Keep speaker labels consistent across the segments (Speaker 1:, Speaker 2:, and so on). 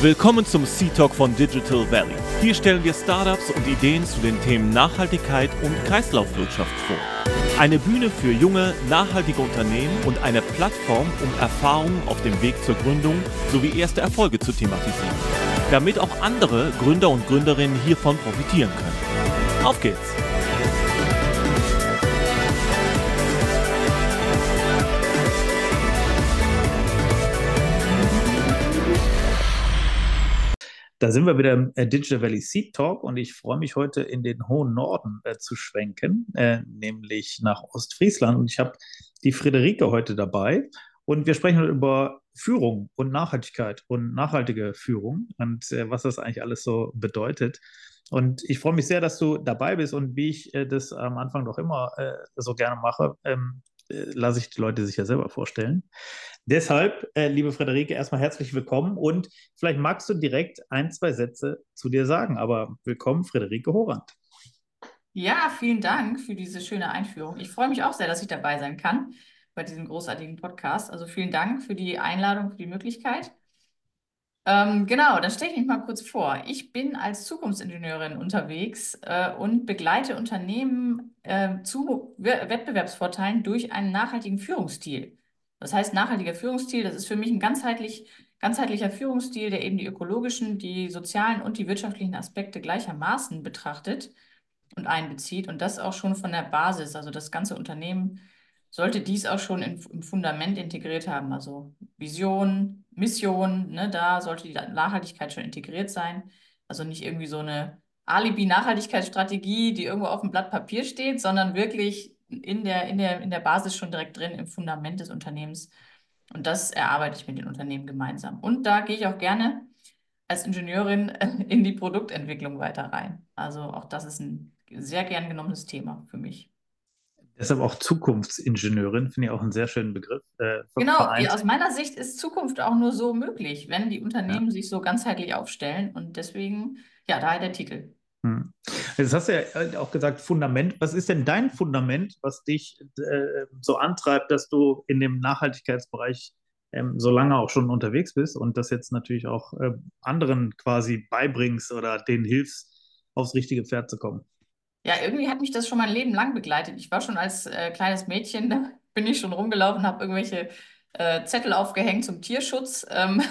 Speaker 1: Willkommen zum C-Talk von Digital Valley. Hier stellen wir Startups und Ideen zu den Themen Nachhaltigkeit und Kreislaufwirtschaft vor. Eine Bühne für junge, nachhaltige Unternehmen und eine Plattform, um Erfahrungen auf dem Weg zur Gründung sowie erste Erfolge zu thematisieren, damit auch andere Gründer und Gründerinnen hiervon profitieren können. Auf geht's!
Speaker 2: Da sind wir wieder im Digital Valley Seed Talk und ich freue mich heute in den hohen Norden zu schwenken, nämlich nach Ostfriesland. Und ich habe die Friederike heute dabei und wir sprechen heute über Führung und Nachhaltigkeit und nachhaltige Führung und was das eigentlich alles so bedeutet. Und ich freue mich sehr, dass du dabei bist und wie ich das am Anfang doch immer so gerne mache, lasse ich die Leute sich ja selber vorstellen. Deshalb, liebe Friederike, erstmal herzlich willkommen und vielleicht magst du direkt ein, zwei Sätze zu dir sagen. Aber willkommen, Friederike Horand.
Speaker 3: Ja, vielen Dank für diese schöne Einführung. Ich freue mich auch sehr, dass ich dabei sein kann bei diesem großartigen Podcast. Also vielen Dank für die Einladung, für die Möglichkeit. Genau, dann stelle ich mich mal kurz vor. Ich bin als Zukunftsingenieurin unterwegs und begleite Unternehmen zu Wettbewerbsvorteilen durch einen nachhaltigen Führungsstil. Das heißt, nachhaltiger Führungsstil, das ist für mich ein ganzheitlicher Führungsstil, der eben die ökologischen, die sozialen und die wirtschaftlichen Aspekte gleichermaßen betrachtet und einbezieht und das auch schon von der Basis. Also das ganze Unternehmen sollte dies auch schon im Fundament integriert haben. Also Vision, Mission, ne, da sollte die Nachhaltigkeit schon integriert sein. Also nicht irgendwie so eine Alibi-Nachhaltigkeitsstrategie, die irgendwo auf dem Blatt Papier steht, sondern wirklich in der Basis schon direkt drin, im Fundament des Unternehmens. Und das erarbeite ich mit den Unternehmen gemeinsam. Und da gehe ich auch gerne als Ingenieurin in die Produktentwicklung weiter rein. Also auch das ist ein sehr gern genommenes Thema für mich.
Speaker 2: Deshalb auch Zukunftsingenieurin, finde ich auch einen sehr schönen Begriff.
Speaker 3: Genau, ja,
Speaker 2: Vereint.
Speaker 3: aus meiner Sicht ist Zukunft auch nur so möglich, wenn die
Speaker 2: Ja.
Speaker 3: Unternehmen sich so ganzheitlich aufstellen. Und deswegen, ja, daher der Titel.
Speaker 2: Hm. Jetzt hast du ja auch gesagt, Fundament. Was ist denn dein Fundament, was dich so antreibt, dass du in dem Nachhaltigkeitsbereich so lange auch schon unterwegs bist und das jetzt natürlich auch anderen quasi beibringst oder denen hilfst, aufs richtige Pferd zu kommen?
Speaker 3: Ja, irgendwie hat mich das schon mein Leben lang begleitet. Ich war schon als kleines Mädchen, da bin ich schon rumgelaufen, habe irgendwelche Zettel aufgehängt zum Tierschutz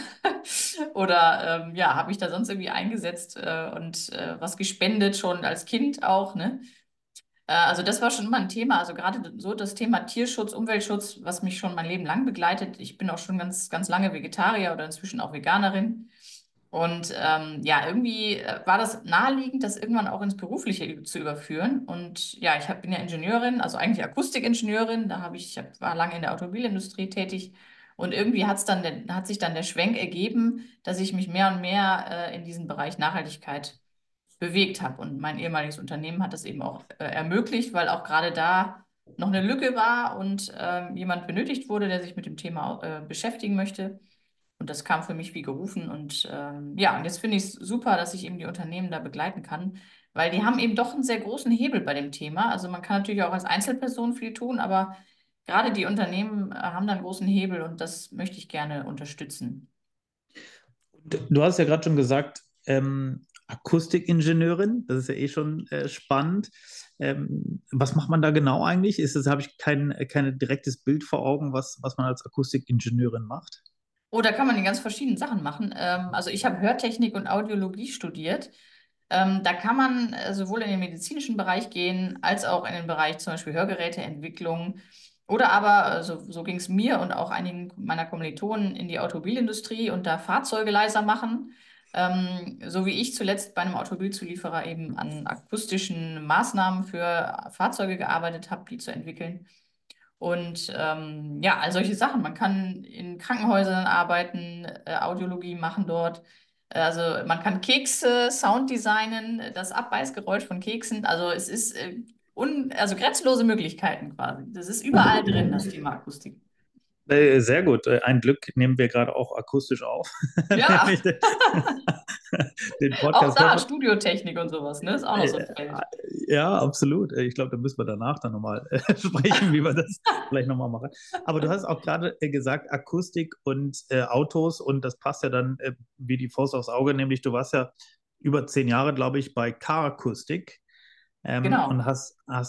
Speaker 3: oder ja, habe mich da sonst irgendwie eingesetzt und was gespendet schon als Kind auch, ne? Also das war schon immer ein Thema. Also gerade so das Thema Tierschutz, Umweltschutz, was mich schon mein Leben lang begleitet. Ich bin auch schon ganz, ganz lange Vegetarier oder inzwischen auch Veganerin. Und ja, irgendwie war das naheliegend, das irgendwann auch ins Berufliche zu überführen. Und ja, bin ja Ingenieurin, also eigentlich Akustikingenieurin. War lange in der Automobilindustrie tätig. Und irgendwie hat sich dann der Schwenk ergeben, dass ich mich mehr und mehr in diesen Bereich Nachhaltigkeit bewegt habe. Und mein ehemaliges Unternehmen hat das eben auch ermöglicht, weil auch gerade da noch eine Lücke war und jemand benötigt wurde, der sich mit dem Thema beschäftigen möchte. Und das kam für mich wie gerufen. Und ja, und jetzt finde ich es super, dass ich eben die Unternehmen da begleiten kann, weil die haben eben doch einen sehr großen Hebel bei dem Thema. Also man kann natürlich auch als Einzelperson viel tun, aber gerade die Unternehmen haben da einen großen Hebel und das möchte ich gerne unterstützen.
Speaker 2: Du hast ja gerade schon gesagt, Akustikingenieurin, das ist ja eh schon spannend. Was macht man da genau eigentlich? Habe ich kein direktes Bild vor Augen, was man als Akustikingenieurin macht?
Speaker 3: Oh, da kann man die ganz verschiedenen Sachen machen. Also ich habe Hörtechnik und Audiologie studiert. Da kann man sowohl in den medizinischen Bereich gehen, als auch in den Bereich zum Beispiel Hörgeräteentwicklung. Oder aber, so ging es mir und auch einigen meiner Kommilitonen in die Automobilindustrie und da Fahrzeuge leiser machen. So wie ich zuletzt bei einem Automobilzulieferer eben an akustischen Maßnahmen für Fahrzeuge gearbeitet habe, die zu entwickeln. Und ja, all solche Sachen. Man kann in Krankenhäusern arbeiten, Audiologie machen dort. Also man kann Kekse, Sound designen, das Abbeißgeräusch von Keksen. Also es ist also grenzenlose Möglichkeiten quasi. Das ist überall drin, das Thema Akustik.
Speaker 2: Sehr gut. Ein Glück nehmen wir gerade auch akustisch auf,
Speaker 3: Ja,
Speaker 2: nämlich den
Speaker 3: auch
Speaker 2: Podcast. Ich
Speaker 3: da
Speaker 2: hoffe,
Speaker 3: Studiotechnik und sowas, ne? Ist auch noch so
Speaker 2: äh,
Speaker 3: ein Feld.
Speaker 2: ja, absolut. Ich glaube, da müssen wir danach dann nochmal sprechen, wie wir das vielleicht nochmal machen. Aber du hast auch gerade gesagt, Akustik und Autos, und das passt ja dann wie die Faust aufs Auge, nämlich du warst ja über 10 Jahre, glaube ich, bei Car Acoustic, und
Speaker 3: Genau.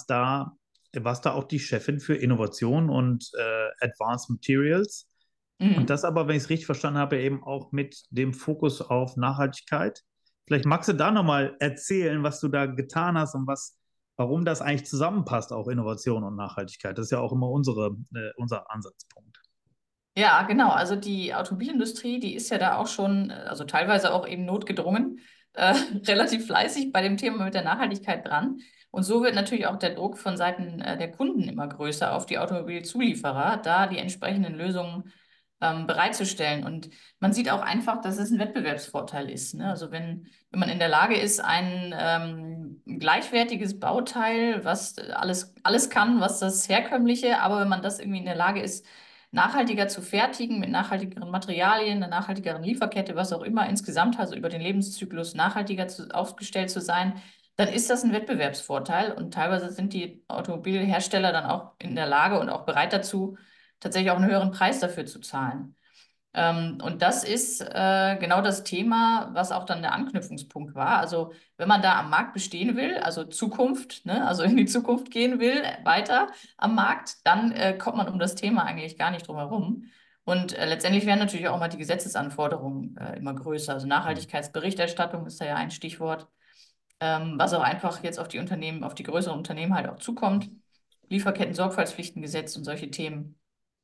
Speaker 2: warst da auch die Chefin für Innovation und Advanced Materials. Und
Speaker 3: Mhm.
Speaker 2: das aber, wenn ich es richtig verstanden habe, eben auch mit dem Fokus auf Nachhaltigkeit. Vielleicht magst du da nochmal erzählen, was du da getan hast und warum das eigentlich zusammenpasst, auch Innovation und Nachhaltigkeit. Das ist ja auch immer unser Ansatzpunkt.
Speaker 3: Ja, genau. Also die Automobilindustrie, die ist ja da auch schon, also teilweise auch eben notgedrungen, relativ fleißig bei dem Thema mit der Nachhaltigkeit dran. Und so wird natürlich auch der Druck von Seiten der Kunden immer größer auf die Automobilzulieferer, da die entsprechenden Lösungen bereitzustellen. Und man sieht auch einfach, dass es ein Wettbewerbsvorteil ist. Ne? Also wenn man in der Lage ist, ein gleichwertiges Bauteil, was alles kann, was das herkömmliche, aber wenn man das irgendwie in der Lage ist, nachhaltiger zu fertigen, mit nachhaltigeren Materialien, einer nachhaltigeren Lieferkette, was auch immer, insgesamt also über den Lebenszyklus nachhaltiger aufgestellt zu sein, dann ist das ein Wettbewerbsvorteil. Und teilweise sind die Automobilhersteller dann auch in der Lage und auch bereit dazu, tatsächlich auch einen höheren Preis dafür zu zahlen. Und das ist genau das Thema, was auch dann der Anknüpfungspunkt war. Also wenn man da am Markt bestehen will, also Zukunft, ne, also in die Zukunft gehen will, weiter am Markt, dann kommt man um das Thema eigentlich gar nicht drum herum. Und letztendlich werden natürlich auch mal die Gesetzesanforderungen immer größer. Also Nachhaltigkeitsberichterstattung ist da ja ein Stichwort, was auch einfach jetzt auf die Unternehmen, auf die größeren Unternehmen halt auch zukommt. Lieferketten-Sorgfaltspflichtengesetz und solche Themen.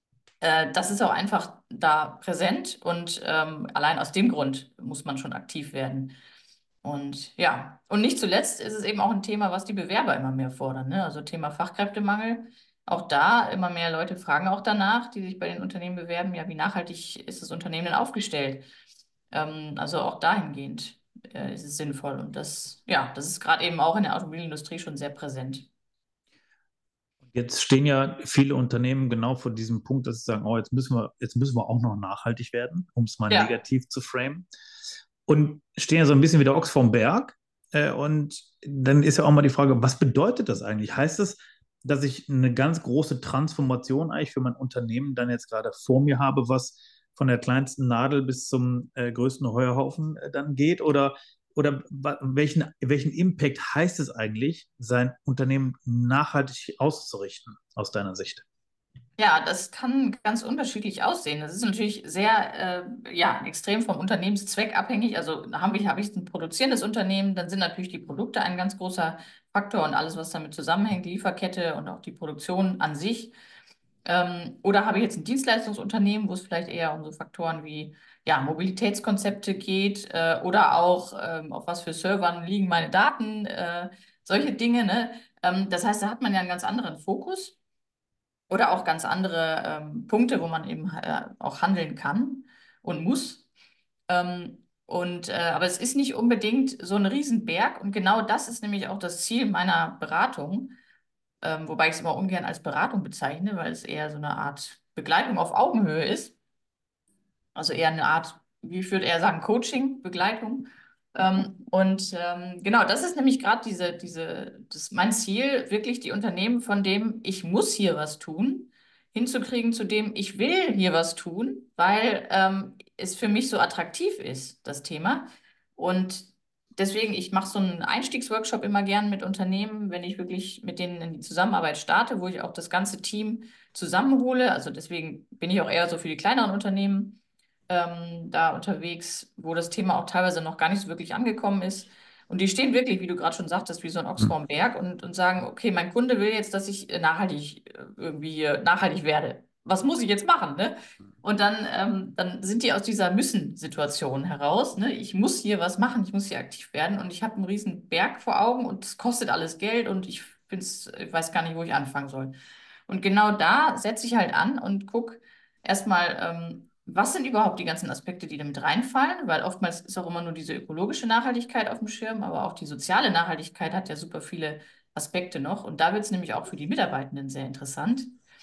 Speaker 3: Das ist auch einfach da präsent und allein aus dem Grund muss man schon aktiv werden. Und ja, und nicht zuletzt ist es eben auch ein Thema, was die Bewerber immer mehr fordern, ne? Also Thema Fachkräftemangel. Auch da immer mehr Leute fragen auch danach, die sich bei den Unternehmen bewerben, ja, wie nachhaltig ist das Unternehmen denn aufgestellt? Also auch dahingehend ist es sinnvoll. Und das, ja, das ist gerade eben auch in der Automobilindustrie schon sehr präsent.
Speaker 2: Jetzt stehen ja viele Unternehmen genau vor diesem Punkt, dass sie sagen, oh, jetzt müssen wir auch noch nachhaltig werden, um es mal
Speaker 3: Ja.
Speaker 2: negativ zu framen. Und stehen ja so ein bisschen wie der Ochs vom Berg. Und dann ist ja auch mal die Frage, was bedeutet das eigentlich? Heißt es, dass ich eine ganz große Transformation eigentlich für mein Unternehmen dann jetzt gerade vor mir habe, was von der kleinsten Nadel bis zum größten Heuhaufen dann geht? Oder welchen Impact heißt es eigentlich, sein Unternehmen nachhaltig auszurichten, aus deiner Sicht?
Speaker 3: Ja, das kann ganz unterschiedlich aussehen. Das ist natürlich sehr, ja, extrem vom Unternehmenszweck abhängig. Also habe ich ein produzierendes Unternehmen, dann sind natürlich die Produkte ein ganz großer Faktor und alles, was damit zusammenhängt, die Lieferkette und auch die Produktion an sich. Oder habe ich jetzt ein Dienstleistungsunternehmen, wo es vielleicht eher um so Faktoren wie ja, Mobilitätskonzepte geht oder auch auf was für Servern liegen meine Daten, solche Dinge, ne? Das heißt, da hat man ja einen ganz anderen Fokus. Oder auch ganz andere Punkte, wo man eben auch handeln kann und muss. Aber es ist nicht unbedingt so ein Riesenberg und genau das ist nämlich auch das Ziel meiner Beratung, wobei ich es immer ungern als Beratung bezeichne, weil es eher so eine Art Begleitung auf Augenhöhe ist. Also eher eine Art, wie ich würde eher sagen, Coaching, Begleitung. Genau, das ist nämlich gerade das ist mein Ziel, wirklich die Unternehmen von dem, ich muss hier was tun, hinzukriegen zu dem, ich will hier was tun, weil es für mich so attraktiv ist, das Thema. Und deswegen, ich mache so einen Einstiegsworkshop immer gern mit Unternehmen, wenn ich wirklich mit denen in die Zusammenarbeit starte, wo ich auch das ganze Team zusammenhole. Also deswegen bin ich auch eher so für die kleineren Unternehmen da unterwegs, wo das Thema auch teilweise noch gar nicht so wirklich angekommen ist. Und die stehen wirklich, wie du gerade schon sagtest, wie so ein Ochs
Speaker 2: Hm.
Speaker 3: vorm Berg und sagen, okay, mein Kunde will jetzt, dass ich irgendwie hier nachhaltig werde. Was muss ich jetzt machen, ne? Und dann sind die aus dieser Müssen-Situation heraus, ne? Ich muss hier was machen, ich muss hier aktiv werden und ich habe einen riesen Berg vor Augen und es kostet alles Geld und ich weiß gar nicht, wo ich anfangen soll. Und genau da setze ich halt an und gucke erstmal, was sind überhaupt die ganzen Aspekte, die damit reinfallen? Weil oftmals ist auch immer nur diese ökologische Nachhaltigkeit auf dem Schirm, aber auch die soziale Nachhaltigkeit hat ja super viele Aspekte noch. Und da wird es nämlich auch für die Mitarbeitenden sehr interessant.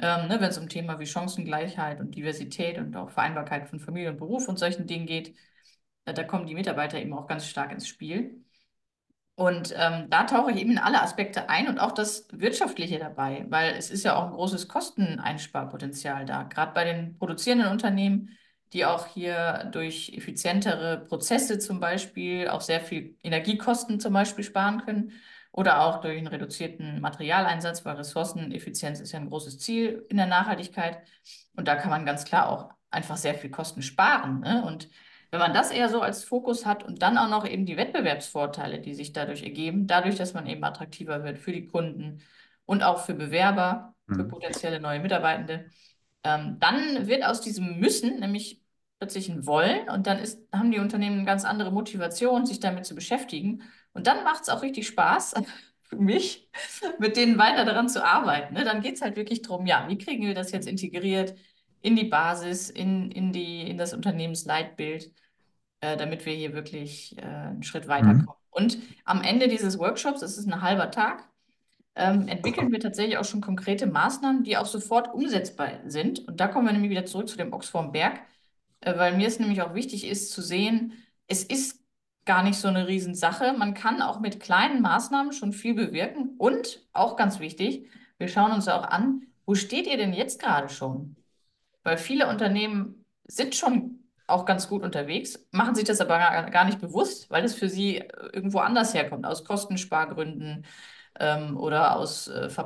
Speaker 3: ne, wenn es um Themen wie Chancengleichheit und Diversität und auch Vereinbarkeit von Familie und Beruf und solchen Dingen geht. Da kommen die Mitarbeiter eben auch ganz stark ins Spiel. Und da tauche ich eben in alle Aspekte ein und auch das Wirtschaftliche dabei, weil es ist ja auch ein großes Kosteneinsparpotenzial da, gerade bei den produzierenden Unternehmen, die auch hier durch effizientere Prozesse zum Beispiel auch sehr viel Energiekosten zum Beispiel sparen können oder auch durch einen reduzierten Materialeinsatz, weil Ressourceneffizienz ist ja ein großes Ziel in der Nachhaltigkeit. Und da kann man ganz klar auch einfach sehr viel Kosten sparen, ne? Und wenn man das eher so als Fokus hat und dann auch noch eben die Wettbewerbsvorteile, die sich dadurch ergeben, dadurch, dass man eben attraktiver wird für die Kunden und auch für Bewerber, für
Speaker 2: Mhm.
Speaker 3: potenzielle neue Mitarbeitende, dann wird aus diesem Müssen nämlich plötzlich ein Wollen und dann haben die Unternehmen eine ganz andere Motivation, sich damit zu beschäftigen. Und dann macht es auch richtig Spaß für mich, mit denen weiter daran zu arbeiten. Ne? Dann geht es halt wirklich darum, ja, wie kriegen wir das jetzt integriert in die Basis, in das Unternehmensleitbild, damit wir hier wirklich einen Schritt
Speaker 2: Mhm.
Speaker 3: weiterkommen. Und am Ende dieses Workshops, das ist ein halber Tag, entwickeln wir tatsächlich auch schon konkrete Maßnahmen, die auch sofort umsetzbar sind. Und da kommen wir nämlich wieder zurück zu dem Oxfam Berg, weil mir es nämlich auch wichtig ist zu sehen, es ist gar nicht so eine Riesensache. Man kann auch mit kleinen Maßnahmen schon viel bewirken. Und auch ganz wichtig, wir schauen uns auch an, wo steht ihr denn jetzt gerade schon? Weil viele Unternehmen sind schon auch ganz gut unterwegs, machen sich das aber gar nicht bewusst, weil es für sie irgendwo anders herkommt, aus Kostenspargründen oder aus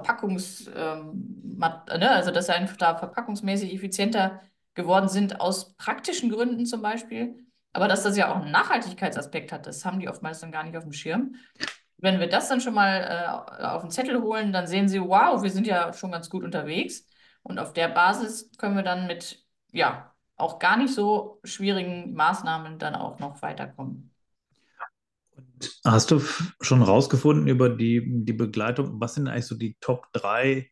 Speaker 3: ne? Also dass sie einfach da verpackungsmäßig effizienter geworden sind, aus praktischen Gründen zum Beispiel. Aber dass das ja auch einen Nachhaltigkeitsaspekt hat, das haben die oftmals dann gar nicht auf dem Schirm. Wenn wir das dann schon mal auf den Zettel holen, dann sehen sie, wow, wir sind ja schon ganz gut unterwegs. Und auf der Basis können wir dann mit, ja, auch gar nicht so schwierigen Maßnahmen dann auch noch weiterkommen.
Speaker 2: Hast du schon rausgefunden über die Begleitung, was sind eigentlich so die Top 3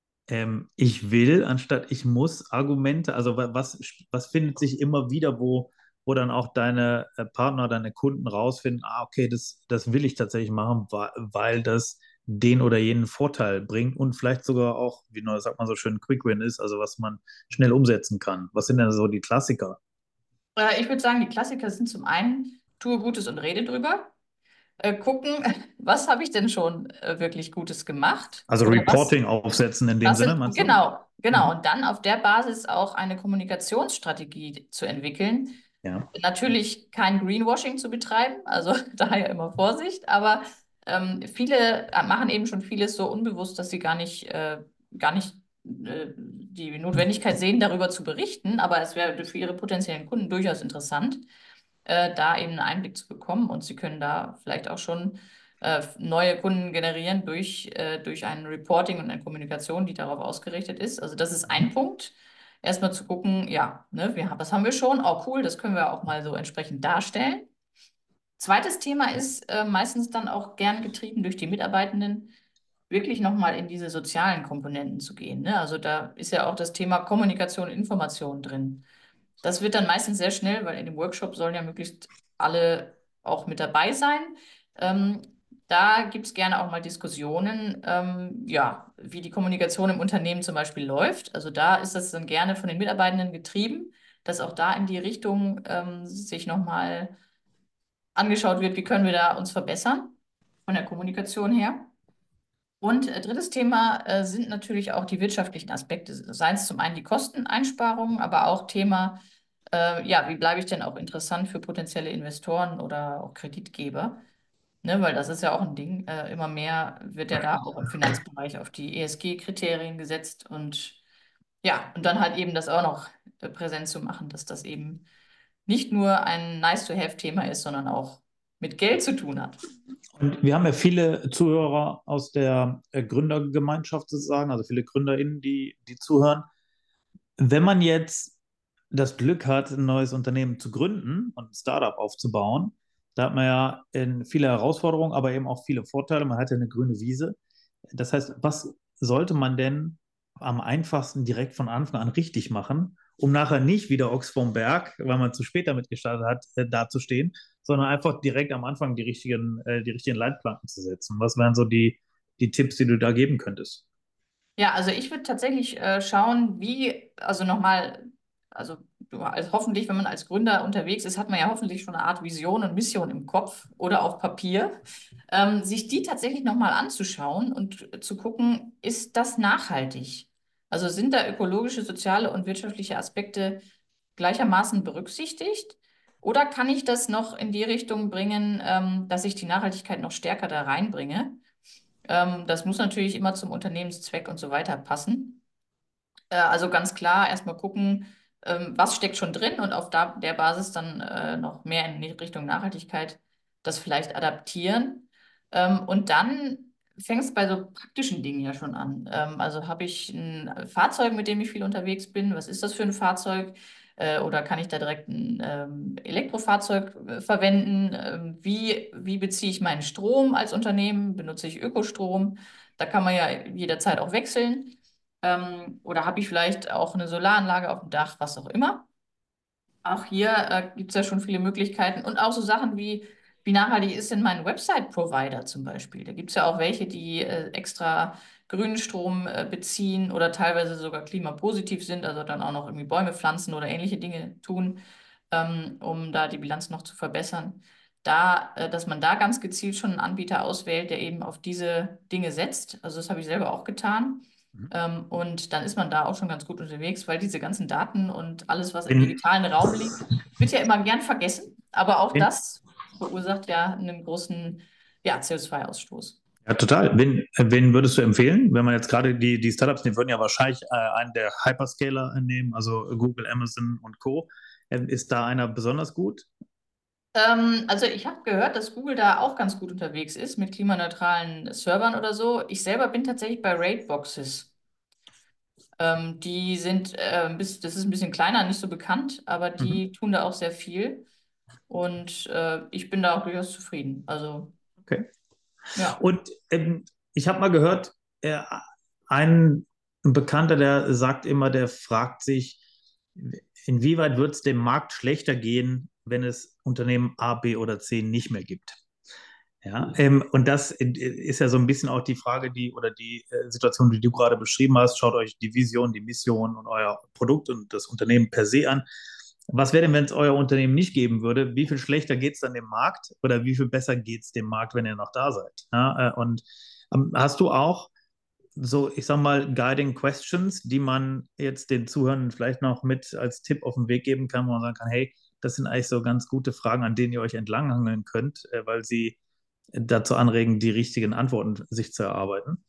Speaker 2: ich will anstatt ich muss Argumente? Also was findet sich immer wieder, wo dann auch deine Partner, deine Kunden rausfinden, okay, das will ich tatsächlich machen, weil das den oder jenen Vorteil bringt und vielleicht sogar auch, wie man sagt man so schön, Quick Win ist, also was man schnell umsetzen kann. Was sind denn so die Klassiker?
Speaker 3: Ich würde sagen, die Klassiker sind zum einen, tue Gutes und rede drüber. Gucken, was habe ich denn schon wirklich Gutes gemacht?
Speaker 2: Also
Speaker 3: Oder
Speaker 2: Reporting aufsetzen in dem
Speaker 3: was
Speaker 2: Sinne,
Speaker 3: sind,
Speaker 2: meinst du?
Speaker 3: genau, genau.
Speaker 2: Mhm.
Speaker 3: Und dann auf der Basis auch eine Kommunikationsstrategie zu entwickeln.
Speaker 2: Ja.
Speaker 3: Natürlich kein Greenwashing zu betreiben, also daher immer Vorsicht, aber viele machen eben schon vieles so unbewusst, dass sie gar nicht die Notwendigkeit sehen, darüber zu berichten, aber es wäre für ihre potenziellen Kunden durchaus interessant, da eben einen Einblick zu bekommen und sie können da vielleicht auch schon neue Kunden generieren durch ein Reporting und eine Kommunikation, die darauf ausgerichtet ist. Also das ist ein Punkt. Erstmal zu gucken, ja, ne, was haben wir schon? Oh, cool, das können wir auch mal so entsprechend darstellen. Zweites Thema ist meistens dann auch gern getrieben durch die Mitarbeitenden, wirklich nochmal in diese sozialen Komponenten zu gehen. Ne? Also da ist ja auch das Thema Kommunikation und Information drin. Das wird dann meistens sehr schnell, weil in dem Workshop sollen ja möglichst alle auch mit dabei sein. Ähm, Da gibt es gerne auch mal Diskussionen, ja, wie die Kommunikation im Unternehmen zum Beispiel läuft. Also da ist das dann gerne von den Mitarbeitenden getrieben, dass auch da in die Richtung sich nochmal angeschaut wird, wie können wir da uns verbessern von der Kommunikation her. Und drittes Thema sind natürlich auch die wirtschaftlichen Aspekte, seien es zum einen die Kosteneinsparungen, aber auch Thema, ja, wie bleibe ich denn auch interessant für potenzielle Investoren oder auch Kreditgeber? Ne, weil das ist ja auch ein Ding. Immer mehr wird ja da auch im Finanzbereich auf die ESG-Kriterien gesetzt und ja, und dann halt eben das auch noch präsent zu machen, dass das eben nicht nur ein Nice-to-have-Thema ist, sondern auch mit Geld zu tun hat.
Speaker 2: Und wir haben ja viele Zuhörer aus der Gründergemeinschaft sozusagen, also viele GründerInnen, die zuhören. Wenn man jetzt das Glück hat, ein neues Unternehmen zu gründen und ein Startup aufzubauen, da hat man ja viele Herausforderungen, aber eben auch viele Vorteile. Man hat ja eine grüne Wiese. Das heißt, was sollte man denn am einfachsten direkt von Anfang an richtig machen, um nachher nicht wieder Ochs vom Berg, weil man zu spät damit gestartet hat, dazustehen, sondern einfach direkt am Anfang die richtigen Leitplanken zu setzen? Was wären so die Tipps, die du da geben könntest?
Speaker 3: Ja, also ich würde tatsächlich schauen, also nochmal, also hoffentlich, wenn man als Gründer unterwegs ist, hat man ja hoffentlich schon eine Art Vision und Mission im Kopf oder auf Papier, sich die tatsächlich nochmal anzuschauen und zu gucken, ist das nachhaltig? Also sind da ökologische, soziale und wirtschaftliche Aspekte gleichermaßen berücksichtigt? Oder kann ich das noch in die Richtung bringen, dass ich die Nachhaltigkeit noch stärker da reinbringe? Das muss natürlich immer zum Unternehmenszweck und so weiter passen. Also ganz klar erstmal gucken, was steckt schon drin und auf der Basis dann noch mehr in die Richtung Nachhaltigkeit das vielleicht adaptieren. Und dann fängt es bei so praktischen Dingen ja schon an. Also habe ich ein Fahrzeug, mit dem ich viel unterwegs bin? Was ist das für ein Fahrzeug? Oder kann ich da direkt ein Elektrofahrzeug verwenden? Wie beziehe ich meinen Strom als Unternehmen? Benutze ich Ökostrom? Da kann man ja jederzeit auch wechseln. Oder habe ich vielleicht auch eine Solaranlage auf dem Dach, was auch immer. Auch hier gibt es ja schon viele Möglichkeiten und auch so Sachen wie nachhaltig ist denn mein Website-Provider zum Beispiel? Da gibt es ja auch welche, die extra grünen Strom beziehen oder teilweise sogar klimapositiv sind, also dann auch noch irgendwie Bäume pflanzen oder ähnliche Dinge tun, um da die Bilanz noch zu verbessern. Dass man da ganz gezielt schon einen Anbieter auswählt, der eben auf diese Dinge setzt. Also das habe ich selber auch getan.
Speaker 2: Mhm.
Speaker 3: Und dann ist man da auch schon ganz gut unterwegs, weil diese ganzen Daten und alles, was im
Speaker 2: Wenn,
Speaker 3: digitalen Raum liegt, wird ja immer gern vergessen. Aber auch
Speaker 2: wenn,
Speaker 3: das verursacht ja einen großen, ja, CO2-Ausstoß.
Speaker 2: ja, total. Wen würdest du empfehlen, wenn man jetzt gerade die Startups, die würden ja wahrscheinlich einen der Hyperscaler nehmen, also Google, Amazon und Co. Ist da einer besonders gut?
Speaker 3: Also ich habe gehört, dass Google da auch ganz gut unterwegs ist mit klimaneutralen Servern oder so. Ich selber bin tatsächlich bei Raidboxes. Die sind, das ist ein bisschen kleiner, nicht so bekannt, aber
Speaker 2: Mhm.
Speaker 3: die tun da auch sehr viel. Und ich bin da auch durchaus zufrieden. Also,
Speaker 2: Okay.
Speaker 3: ja.
Speaker 2: Und ich habe mal gehört, ein Bekannter, der sagt immer, der fragt sich, inwieweit wird es dem Markt schlechter gehen, wenn es Unternehmen A, B oder C nicht mehr gibt? Ja, und das ist ja so ein bisschen auch die Frage, die Situation, die du gerade beschrieben hast. Schaut euch die Vision, die Mission und euer Produkt und das Unternehmen per se an. Was wäre denn, wenn es euer Unternehmen nicht geben würde? Wie viel schlechter geht es dann dem Markt oder wie viel besser geht es dem Markt, wenn ihr noch da seid? Ja, und hast du auch so, ich sag mal, Guiding Questions, die man jetzt den Zuhörern vielleicht noch mit als Tipp auf den Weg geben kann, wo man sagen kann, hey, das sind eigentlich so ganz gute Fragen, an denen ihr euch entlanghangeln könnt, weil sie dazu anregen, die richtigen Antworten sich zu erarbeiten.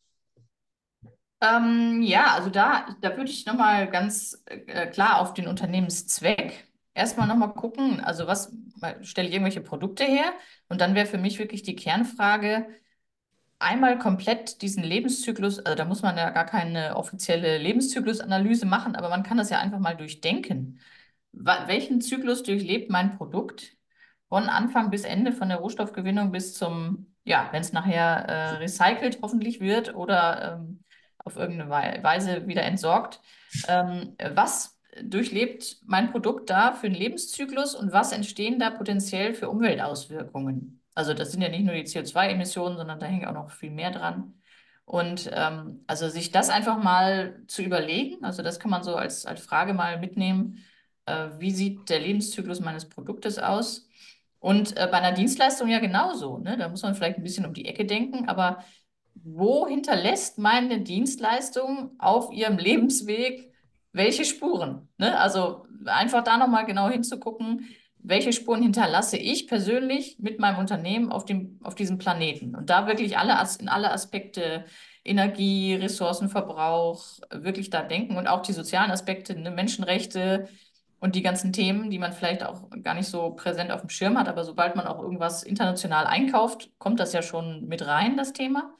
Speaker 3: Ja, also da würde ich nochmal ganz klar auf den Unternehmenszweck erstmal nochmal gucken. Also stelle ich irgendwelche Produkte her? Und dann wäre für mich wirklich die Kernfrage, einmal komplett diesen Lebenszyklus, also da muss man ja gar keine offizielle Lebenszyklusanalyse machen, aber man kann das ja einfach mal durchdenken. Welchen Zyklus durchlebt mein Produkt von Anfang bis Ende, von der Rohstoffgewinnung bis zum, ja, wenn es nachher recycelt hoffentlich wird oder auf irgendeine Weise wieder entsorgt. Was durchlebt mein Produkt da für einen Lebenszyklus und was entstehen da potenziell für Umweltauswirkungen? Also das sind ja nicht nur die CO2-Emissionen, sondern da hängt auch noch viel mehr dran. Und also sich das einfach mal zu überlegen, also das kann man so als Frage mal mitnehmen, wie sieht der Lebenszyklus meines Produktes aus? Und bei einer Dienstleistung ja genauso, ne? Da muss man vielleicht ein bisschen um die Ecke denken, aber wo hinterlässt meine Dienstleistung auf ihrem Lebensweg welche Spuren? Ne? Also einfach da nochmal genau hinzugucken, welche Spuren hinterlasse ich persönlich mit meinem Unternehmen auf diesem Planeten? Und da wirklich in alle Aspekte Energie, Ressourcenverbrauch, wirklich da denken und auch die sozialen Aspekte, ne, Menschenrechte und die ganzen Themen, die man vielleicht auch gar nicht so präsent auf dem Schirm hat, aber sobald man auch irgendwas international einkauft, kommt das ja schon mit rein, das Thema.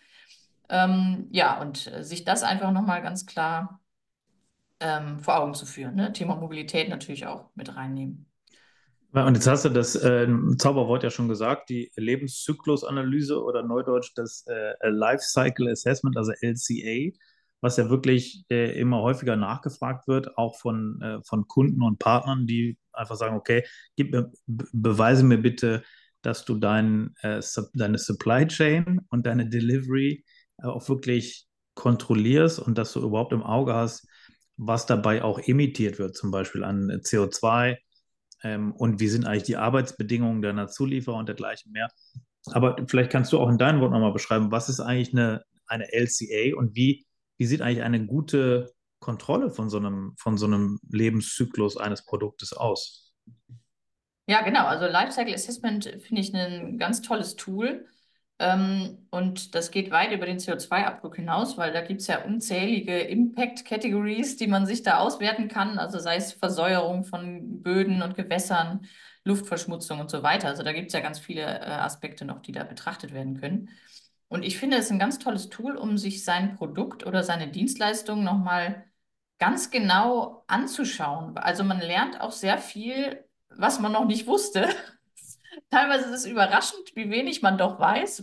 Speaker 3: Ja, und sich das einfach nochmal ganz klar vor Augen zu führen. Ne? Thema Mobilität natürlich auch mit reinnehmen.
Speaker 2: Und jetzt hast du das Zauberwort ja schon gesagt, die Lebenszyklusanalyse oder neudeutsch das Life Cycle Assessment, also LCA, was ja wirklich immer häufiger nachgefragt wird, auch von Kunden und Partnern, die einfach sagen, okay, beweise mir bitte, dass du deine Supply Chain und deine Delivery auch wirklich kontrollierst und dass du überhaupt im Auge hast, was dabei auch emittiert wird, zum Beispiel an CO2, und wie sind eigentlich die Arbeitsbedingungen deiner Zulieferer und dergleichen mehr. Aber vielleicht kannst du auch in deinen Worten nochmal beschreiben, was ist eigentlich eine LCA und wie sieht eigentlich eine gute Kontrolle von so einem Lebenszyklus eines Produktes aus?
Speaker 3: Ja, genau. Also Lifecycle Assessment finde ich ein ganz tolles Tool. Und das geht weit über den CO2-Abdruck hinaus, weil da gibt es ja unzählige Impact-Categories, die man sich da auswerten kann. Also sei es Versäuerung von Böden und Gewässern, Luftverschmutzung und so weiter. Also da gibt es ja ganz viele Aspekte noch, die da betrachtet werden können. Und ich finde es ein ganz tolles Tool, um sich sein Produkt oder seine Dienstleistung nochmal ganz genau anzuschauen. Also man lernt auch sehr viel, was man noch nicht wusste. Teilweise ist es überraschend, wie wenig man doch weiß,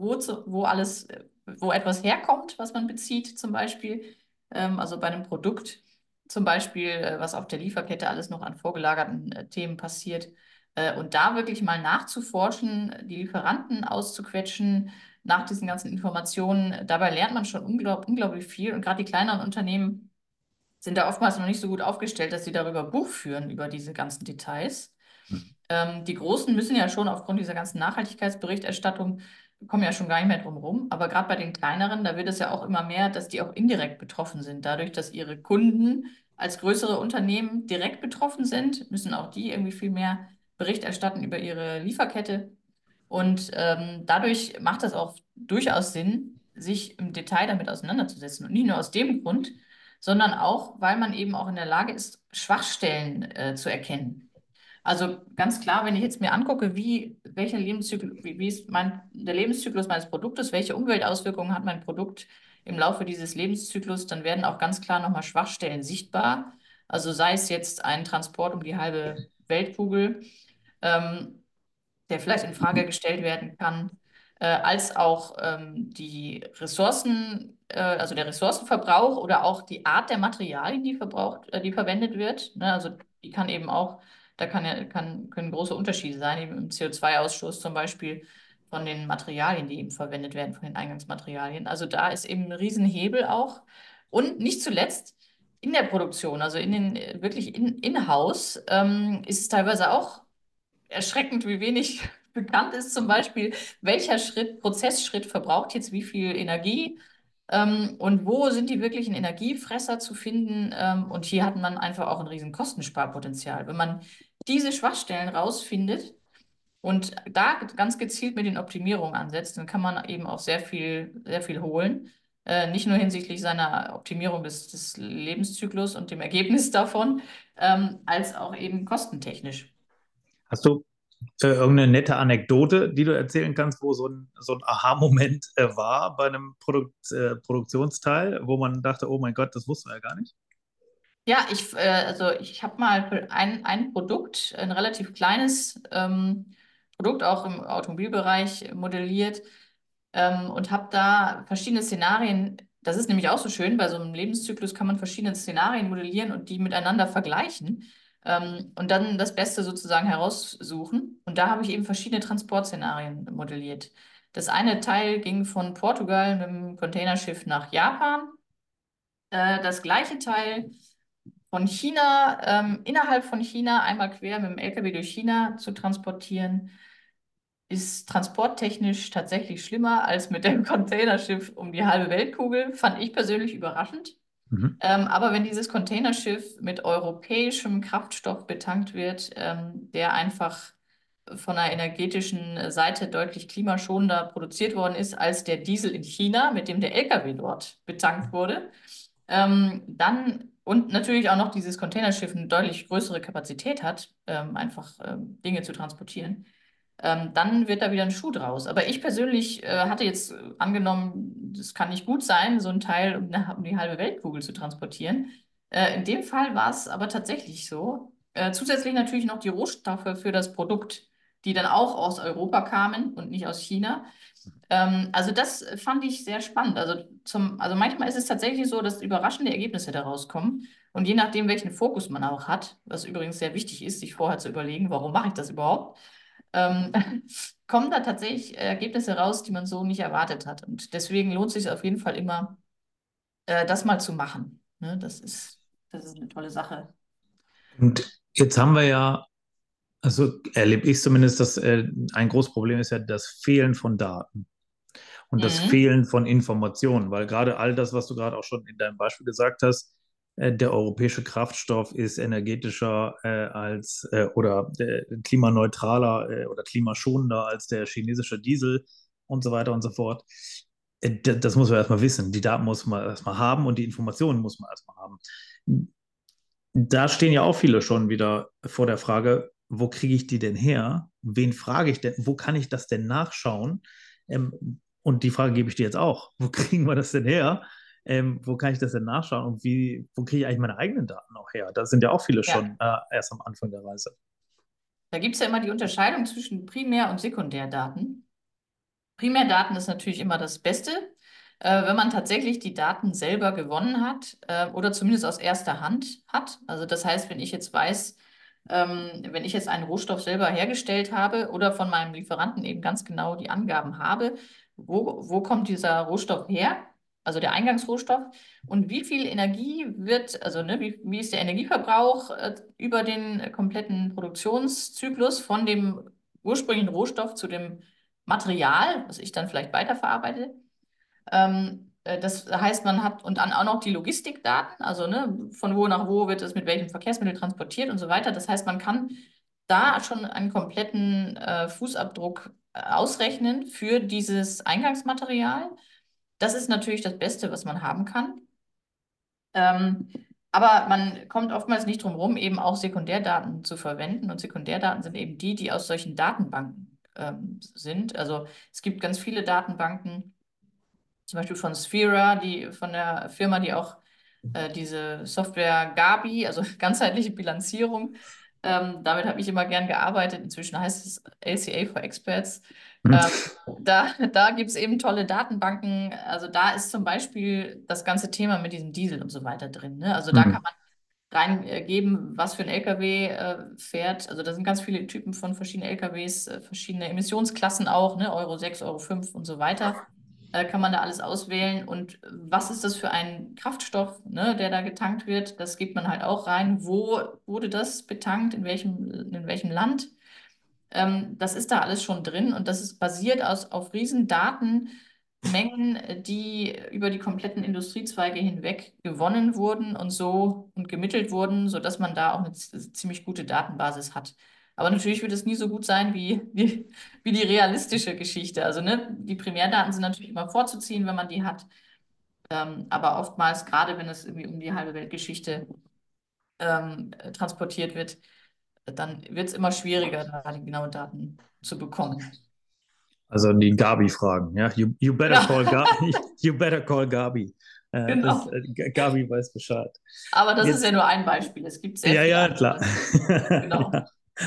Speaker 3: wo etwas herkommt, was man bezieht, zum Beispiel. Also bei einem Produkt, zum Beispiel, was auf der Lieferkette alles noch an vorgelagerten Themen passiert. Und da wirklich mal nachzuforschen, die Lieferanten auszuquetschen, nach diesen ganzen Informationen. Dabei lernt man schon unglaublich viel. Und gerade die kleineren Unternehmen sind da oftmals noch nicht so gut aufgestellt, dass sie darüber Buch führen, über diese ganzen Details. Die Großen müssen ja schon aufgrund dieser ganzen Nachhaltigkeitsberichterstattung, kommen ja schon gar nicht mehr drum rum. Aber gerade bei den kleineren, da wird es ja auch immer mehr, dass die auch indirekt betroffen sind. Dadurch, dass ihre Kunden als größere Unternehmen direkt betroffen sind, müssen auch die irgendwie viel mehr Bericht erstatten über ihre Lieferkette. Und dadurch macht das auch durchaus Sinn, sich im Detail damit auseinanderzusetzen. Und nicht nur aus dem Grund, sondern auch, weil man eben auch in der Lage ist, Schwachstellen zu erkennen. Also ganz klar, wenn ich jetzt mir angucke, welcher Lebenszyklus, wie ist der Lebenszyklus meines Produktes, welche Umweltauswirkungen hat mein Produkt im Laufe dieses Lebenszyklus, dann werden auch ganz klar nochmal Schwachstellen sichtbar. Also sei es jetzt ein Transport um die halbe Weltkugel, ähm, der vielleicht in Frage gestellt werden kann, als auch die Ressourcen, also der Ressourcenverbrauch oder auch die Art der Materialien, die verwendet wird. Ne? Also die kann eben auch, können große Unterschiede sein, eben im CO2-Ausstoß zum Beispiel von den Materialien, die eben verwendet werden, von den Eingangsmaterialien. Also da ist eben ein Riesenhebel auch. Und nicht zuletzt in der Produktion, also wirklich in-house, ist es teilweise auch erschreckend, wie wenig bekannt ist, zum Beispiel, welcher Prozessschritt verbraucht jetzt wie viel Energie, und wo sind die wirklichen Energiefresser zu finden. Und hier hat man einfach auch ein riesen Kostensparpotenzial. Wenn man diese Schwachstellen rausfindet und da ganz gezielt mit den Optimierungen ansetzt, dann kann man eben auch sehr viel holen. Nicht nur hinsichtlich seiner Optimierung des Lebenszyklus und dem Ergebnis davon, als auch eben kostentechnisch.
Speaker 2: Hast du irgendeine nette Anekdote, die du erzählen kannst, wo so ein Aha-Moment war bei einem Produktionsteil, wo man dachte, oh mein Gott, das wussten wir ja gar nicht?
Speaker 3: Ja, also ich habe mal für ein Produkt, ein relativ kleines Produkt auch im Automobilbereich modelliert, und habe da verschiedene Szenarien. Das ist nämlich auch so schön, bei so einem Lebenszyklus kann man verschiedene Szenarien modellieren und die miteinander vergleichen, und dann das Beste sozusagen heraussuchen. Und da habe ich eben verschiedene Transportszenarien modelliert. Das eine Teil ging von Portugal mit dem Containerschiff nach Japan. Das gleiche Teil von China, innerhalb von China, einmal quer mit dem LKW durch China zu transportieren, ist transporttechnisch tatsächlich schlimmer als mit dem Containerschiff um die halbe Weltkugel, fand ich persönlich überraschend.
Speaker 2: Mhm.
Speaker 3: Aber wenn dieses Containerschiff mit europäischem Kraftstoff betankt wird, der einfach von der energetischen Seite deutlich klimaschonender produziert worden ist als der Diesel in China, mit dem der LKW dort betankt wurde, dann und natürlich auch noch dieses Containerschiff eine deutlich größere Kapazität hat, einfach Dinge zu transportieren, dann wird da wieder ein Schuh draus. Aber ich persönlich hatte jetzt angenommen, das kann nicht gut sein, so ein Teil um die halbe Weltkugel zu transportieren. In dem Fall war es aber tatsächlich so. Zusätzlich natürlich noch die Rohstoffe für das Produkt, die dann auch aus Europa kamen und nicht aus China. Also das fand ich sehr spannend. Also manchmal ist es tatsächlich so, dass überraschende Ergebnisse daraus kommen. Und je nachdem, welchen Fokus man auch hat, was übrigens sehr wichtig ist, sich vorher zu überlegen, warum mache ich das überhaupt, ähm, kommen da tatsächlich Ergebnisse raus, die man so nicht erwartet hat. Und deswegen lohnt es sich auf jeden Fall immer, das mal zu machen. Ne? Das ist eine tolle Sache.
Speaker 2: Und jetzt haben wir ja, also erlebe ich zumindest, dass ein großes Problem ist ja das Fehlen von Daten und das
Speaker 3: Mhm.
Speaker 2: Fehlen von Informationen, weil gerade all das, was du gerade auch schon in deinem Beispiel gesagt hast, der europäische Kraftstoff ist energetischer als oder klimaneutraler oder klimaschonender als der chinesische Diesel und so weiter und so fort. Das muss man erstmal wissen. Die Daten muss man erstmal haben und die Informationen muss man erstmal haben. Da stehen ja auch viele schon wieder vor der Frage, wo kriege ich die denn her? Wen frage ich denn? Wo kann ich das denn nachschauen? Und die Frage gebe ich dir jetzt auch. Wo kriegen wir das denn her? Wo kann ich das denn nachschauen? Und wo kriege ich eigentlich meine eigenen Daten auch her? Da sind ja auch viele
Speaker 3: Ja,
Speaker 2: schon erst am Anfang der Reise.
Speaker 3: da gibt es ja immer die Unterscheidung zwischen Primär- und Sekundärdaten. Primärdaten ist natürlich immer das Beste, wenn man tatsächlich die Daten selber gewonnen hat oder zumindest aus erster Hand hat. Also das heißt, wenn ich jetzt weiß, wenn ich jetzt einen Rohstoff selber hergestellt habe oder von meinem Lieferanten eben ganz genau die Angaben habe, wo kommt dieser Rohstoff her? Also der Eingangsrohstoff und wie viel Energie wird, also ne, wie ist der Energieverbrauch über den kompletten Produktionszyklus von dem ursprünglichen Rohstoff zu dem Material, was ich dann vielleicht weiterverarbeite. Das heißt, man hat und dann auch noch die Logistikdaten, also ne, von wo nach wo wird es mit welchem Verkehrsmittel transportiert und so weiter. Das heißt, man kann da schon einen kompletten Fußabdruck ausrechnen für dieses Eingangsmaterial. Das ist natürlich das Beste, was man haben kann. Ähm, aber man kommt oftmals nicht drum herum, eben auch Sekundärdaten zu verwenden. Und Sekundärdaten sind eben die, die aus solchen Datenbanken sind. Also es gibt ganz viele Datenbanken, zum Beispiel von Sphera, die von der Firma, die auch diese Software Gabi, also ganzheitliche Bilanzierung, damit habe ich immer gern gearbeitet. Inzwischen heißt es LCA for Experts. Ähm, da gibt es eben tolle Datenbanken. Also da ist zum Beispiel das ganze Thema mit diesem Diesel und so weiter drin. Ne? Also da kann man reingeben, was für ein LKW fährt. Also da sind ganz viele Typen von verschiedenen LKWs, verschiedene Emissionsklassen auch, ne? Euro 6, Euro 5 und so weiter. Kann man da alles auswählen. Und was ist das für ein Kraftstoff, ne, der da getankt wird? Das gibt man halt auch rein. Wo wurde das betankt? In welchem Land? Das ist da alles schon drin und das ist basiert auf riesen Datenmengen, die über die kompletten Industriezweige hinweg gewonnen wurden und so und gemittelt wurden, sodass man da auch eine ziemlich gute Datenbasis hat. Aber natürlich wird es nie so gut sein wie die realistische Geschichte. Also ne, die Primärdaten sind natürlich immer vorzuziehen, wenn man die hat. Aber oftmals, gerade wenn es irgendwie um die halbe Weltgeschichte transportiert wird, dann wird es immer schwieriger, da die genauen Daten zu bekommen.
Speaker 2: Also die Gabi-Fragen, ja. You better
Speaker 3: Genau,
Speaker 2: call you better call Gabi.
Speaker 3: genau.
Speaker 2: Gabi weiß Bescheid.
Speaker 3: Aber das ist ja
Speaker 2: Jetzt,
Speaker 3: nur ein Beispiel. Es gibt sehr
Speaker 2: ja,
Speaker 3: viele
Speaker 2: ja, klar.
Speaker 3: andere. Genau.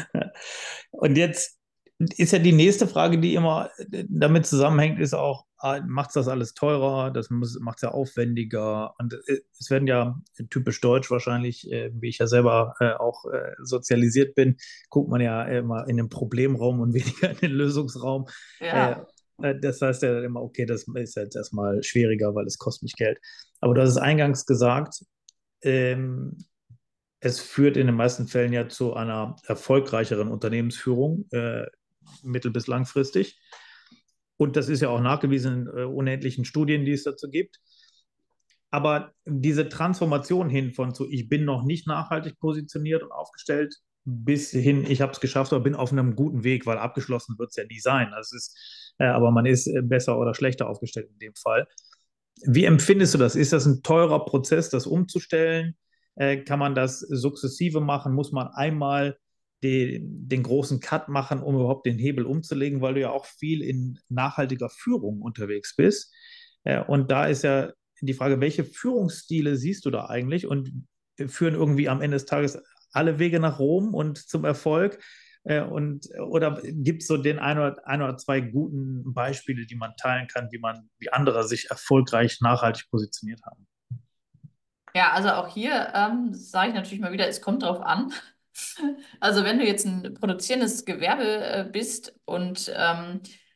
Speaker 2: Und jetzt ist ja die nächste Frage, die immer damit zusammenhängt, ist auch, macht das alles teurer? Das macht es ja aufwendiger. Und es werden ja typisch deutsch wahrscheinlich, wie ich ja selber auch sozialisiert bin, guckt man ja immer in den Problemraum und weniger in den Lösungsraum. Äh,
Speaker 3: Ja.
Speaker 2: Das heißt ja dann immer, okay, das ist jetzt erstmal schwieriger, weil es kostet mich Geld. Aber du hast es eingangs gesagt, ähm, es führt in den meisten Fällen ja zu einer erfolgreicheren Unternehmensführung, mittel- bis langfristig. Und das ist ja auch nachgewiesen in unendlichen Studien, die es dazu gibt. Aber diese Transformation hin von zu, ich bin noch nicht nachhaltig positioniert und aufgestellt, bis hin, ich habe es geschafft oder bin auf einem guten Weg, weil abgeschlossen wird es ja nie sein. Das ist, aber man ist besser oder schlechter aufgestellt in dem Fall. Wie empfindest du das? Ist das ein teurer Prozess, das umzustellen? Kann man das sukzessive machen? Muss man einmal den großen Cut machen, um überhaupt den Hebel umzulegen, weil du ja auch viel in nachhaltiger Führung unterwegs bist? Und da ist ja die Frage, welche Führungsstile siehst du da eigentlich und führen irgendwie am Ende des Tages alle Wege nach Rom und zum Erfolg? Oder gibt es so den ein oder zwei guten Beispiele, die man teilen kann, wie andere sich erfolgreich nachhaltig positioniert haben?
Speaker 3: Ja, also auch hier sage ich natürlich mal wieder, es kommt drauf an. Also wenn du jetzt ein produzierendes Gewerbe bist und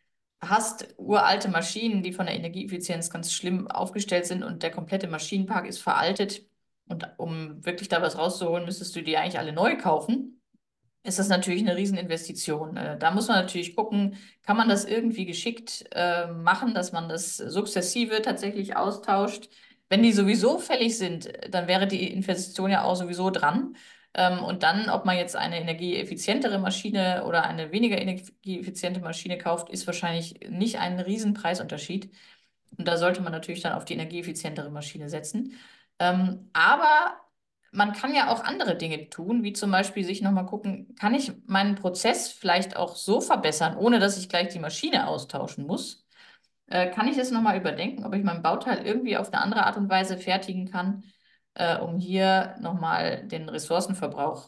Speaker 3: hast uralte Maschinen, die von der Energieeffizienz ganz schlimm aufgestellt sind und der komplette Maschinenpark ist veraltet. Und um wirklich da was rauszuholen, müsstest du die eigentlich alle neu kaufen. Ist das natürlich eine Rieseninvestition. Da muss man natürlich gucken, kann man das irgendwie geschickt machen, dass man das sukzessive tatsächlich austauscht. Wenn die sowieso fällig sind, dann wäre die Investition ja auch sowieso dran. Und dann, ob man jetzt eine energieeffizientere Maschine oder eine weniger energieeffiziente Maschine kauft, ist wahrscheinlich nicht ein Riesenpreisunterschied. Und da sollte man natürlich dann auf die energieeffizientere Maschine setzen. Aber man kann ja auch andere Dinge tun, wie zum Beispiel sich nochmal gucken, kann ich meinen Prozess vielleicht auch so verbessern, ohne dass ich gleich die Maschine austauschen muss? Kann ich das nochmal überdenken, ob ich mein Bauteil irgendwie auf eine andere Art und Weise fertigen kann, um hier nochmal den Ressourcenverbrauch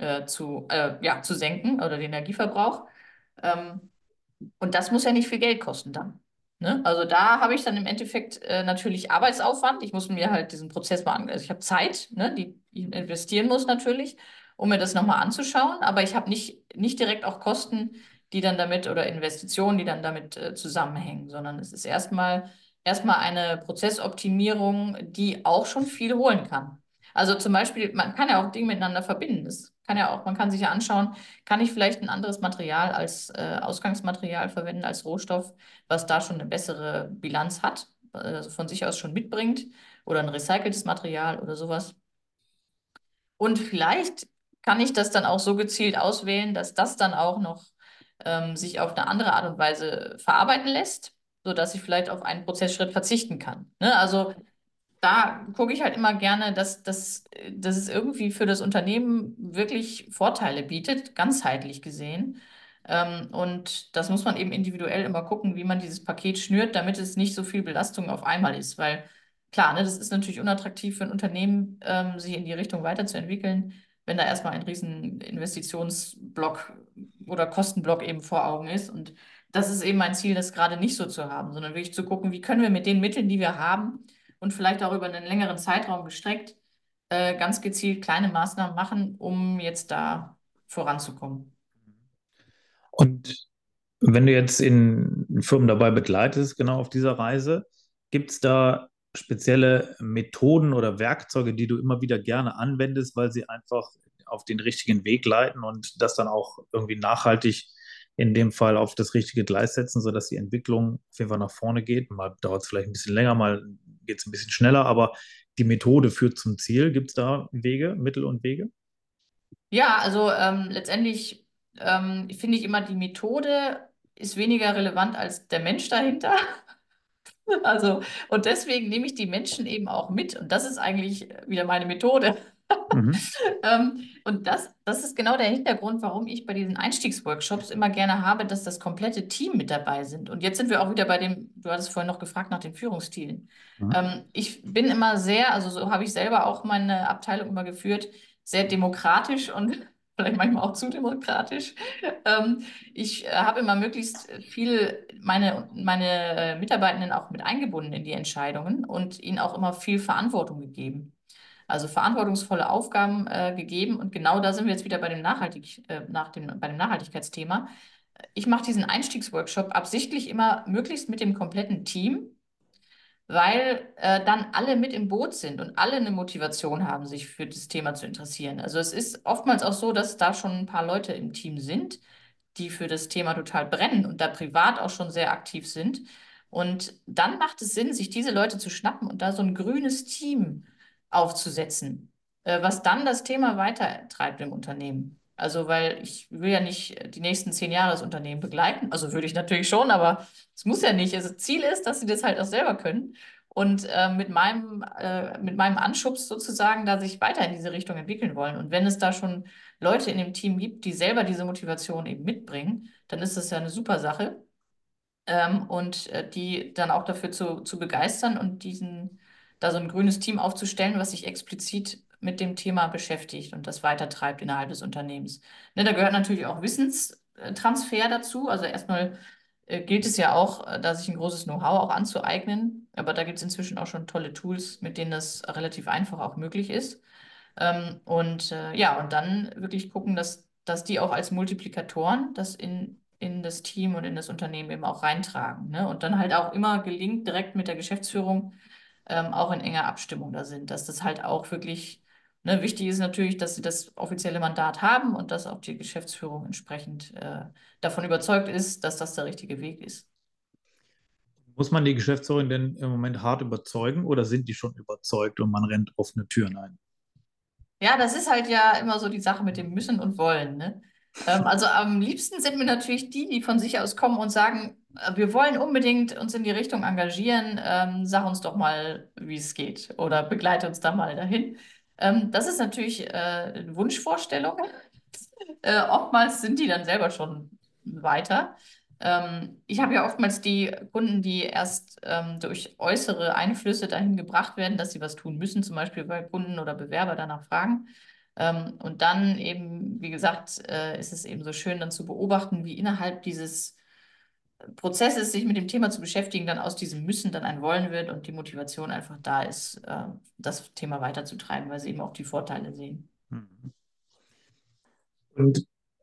Speaker 3: ja, zu senken oder den Energieverbrauch? Ähm, und das muss ja nicht viel Geld kosten dann. Ne? Also da habe ich dann im Endeffekt natürlich Arbeitsaufwand. Ich muss mir halt diesen Prozess mal an, also ich habe Zeit, ne, die ich investieren muss natürlich, um mir das nochmal anzuschauen, aber ich habe nicht direkt auch Kosten, die dann damit oder Investitionen, die dann damit zusammenhängen, sondern es ist erstmal eine Prozessoptimierung, die auch schon viel holen kann. Also zum Beispiel, man kann ja auch Dinge miteinander verbinden. Man kann sich ja anschauen, kann ich vielleicht ein anderes Material als Ausgangsmaterial verwenden, als Rohstoff, was da schon eine bessere Bilanz hat, also von sich aus schon mitbringt, oder ein recyceltes Material oder sowas. Und vielleicht kann ich das dann auch so gezielt auswählen, dass das dann auch noch sich auf eine andere Art und Weise verarbeiten lässt, sodass ich vielleicht auf einen Prozessschritt verzichten kann. Ne? Also da gucke ich halt immer gerne, dass es irgendwie für das Unternehmen wirklich Vorteile bietet, ganzheitlich gesehen. Und das muss man eben individuell immer gucken, wie man dieses Paket schnürt, damit es nicht so viel Belastung auf einmal ist. Weil klar, ne, das ist natürlich unattraktiv für ein Unternehmen, sich in die Richtung weiterzuentwickeln, wenn da erstmal ein riesen Investitionsblock oder Kostenblock eben vor Augen ist. Und das ist eben mein Ziel, das gerade nicht so zu haben, sondern wirklich zu gucken, wie können wir mit den Mitteln, die wir haben, und vielleicht auch über einen längeren Zeitraum gestreckt, ganz gezielt kleine Maßnahmen machen, um jetzt da voranzukommen.
Speaker 2: Und wenn du jetzt in Firmen dabei begleitest, genau auf dieser Reise, gibt es da spezielle Methoden oder Werkzeuge, die du immer wieder gerne anwendest, weil sie einfach auf den richtigen Weg leiten und das dann auch irgendwie nachhaltig in dem Fall auf das richtige Gleis setzen, sodass die Entwicklung auf jeden Fall nach vorne geht. Mal dauert es vielleicht ein bisschen länger, mal geht es ein bisschen schneller, aber die Methode führt zum Ziel. Gibt es da Wege, Mittel und Wege?
Speaker 3: Ja, also letztendlich finde ich immer, die Methode ist weniger relevant als der Mensch dahinter. Also, und deswegen nehme ich die Menschen eben auch mit. Und das ist eigentlich wieder meine Methode.
Speaker 2: Mhm.
Speaker 3: Und das ist genau der Hintergrund, warum ich bei diesen Einstiegsworkshops immer gerne habe, dass das komplette Team mit dabei sind. Und jetzt sind wir auch wieder bei dem, du hattest vorhin noch gefragt nach den Führungsstilen.
Speaker 2: Mhm.
Speaker 3: Ich bin immer sehr, also so habe ich selber auch meine Abteilung immer geführt, sehr demokratisch und vielleicht manchmal auch zu demokratisch. Ich habe immer möglichst viel meine Mitarbeitenden auch mit eingebunden in die Entscheidungen und ihnen auch immer viel Verantwortung gegeben. Also verantwortungsvolle Aufgaben gegeben. Und genau da sind wir jetzt wieder bei bei dem Nachhaltigkeitsthema. Ich mache diesen Einstiegsworkshop absichtlich immer möglichst mit dem kompletten Team, weil dann alle mit im Boot sind und alle eine Motivation haben, sich für das Thema zu interessieren. Also es ist oftmals auch so, dass da schon ein paar Leute im Team sind, die für das Thema total brennen und da privat auch schon sehr aktiv sind. Und dann macht es Sinn, sich diese Leute zu schnappen und da so ein grünes Team aufzusetzen, was dann das Thema weitertreibt im Unternehmen. Also, weil ich will ja nicht die nächsten 10 Jahre das Unternehmen begleiten. Also würde ich natürlich schon, aber es muss ja nicht. Also Ziel ist, dass sie das halt auch selber können. Und mit meinem Anschubs sozusagen, da sich weiter in diese Richtung entwickeln wollen. Und wenn es da schon Leute in dem Team gibt, die selber diese Motivation eben mitbringen, dann ist das ja eine super Sache. Und die dann auch dafür zu begeistern und da so ein grünes Team aufzustellen, was sich explizit mit dem Thema beschäftigt und das weitertreibt innerhalb des Unternehmens. Ne, da gehört natürlich auch Wissenstransfer dazu. Also erstmal gilt es ja auch, da sich ein großes Know-how auch anzueignen. Aber da gibt es inzwischen auch schon tolle Tools, mit denen das relativ einfach auch möglich ist. Ja, und dann wirklich gucken, dass die auch als Multiplikatoren das in in das Team und in das Unternehmen eben auch reintragen. Ne? Und dann halt auch immer gelingt, direkt mit der Geschäftsführung auch in enger Abstimmung da sind, dass das halt auch wirklich, ne, wichtig ist natürlich, dass sie das offizielle Mandat haben und dass auch die Geschäftsführung entsprechend davon überzeugt ist, dass das der richtige Weg ist.
Speaker 2: Muss man die Geschäftsführerin denn im Moment hart überzeugen oder sind die schon überzeugt und man rennt offene Türen ein?
Speaker 3: Ja, das ist halt ja immer so die Sache mit dem Müssen und Wollen, ne? Also am liebsten sind mir natürlich die, die von sich aus kommen und sagen, wir wollen unbedingt uns in die Richtung engagieren, sag uns doch mal, wie es geht oder begleite uns da mal dahin. Das ist natürlich eine Wunschvorstellung. Oftmals sind die dann selber schon weiter. Ich habe ja oftmals die Kunden, die erst durch äußere Einflüsse dahin gebracht werden, dass sie was tun müssen, zum Beispiel weil Kunden oder Bewerber danach fragen. Und dann eben, wie gesagt, ist es eben so schön dann zu beobachten, wie innerhalb dieses Prozesses, sich mit dem Thema zu beschäftigen, dann aus diesem Müssen dann ein Wollen wird und die Motivation einfach da ist, das Thema weiterzutreiben, weil sie eben auch die Vorteile sehen.
Speaker 2: Mhm. Und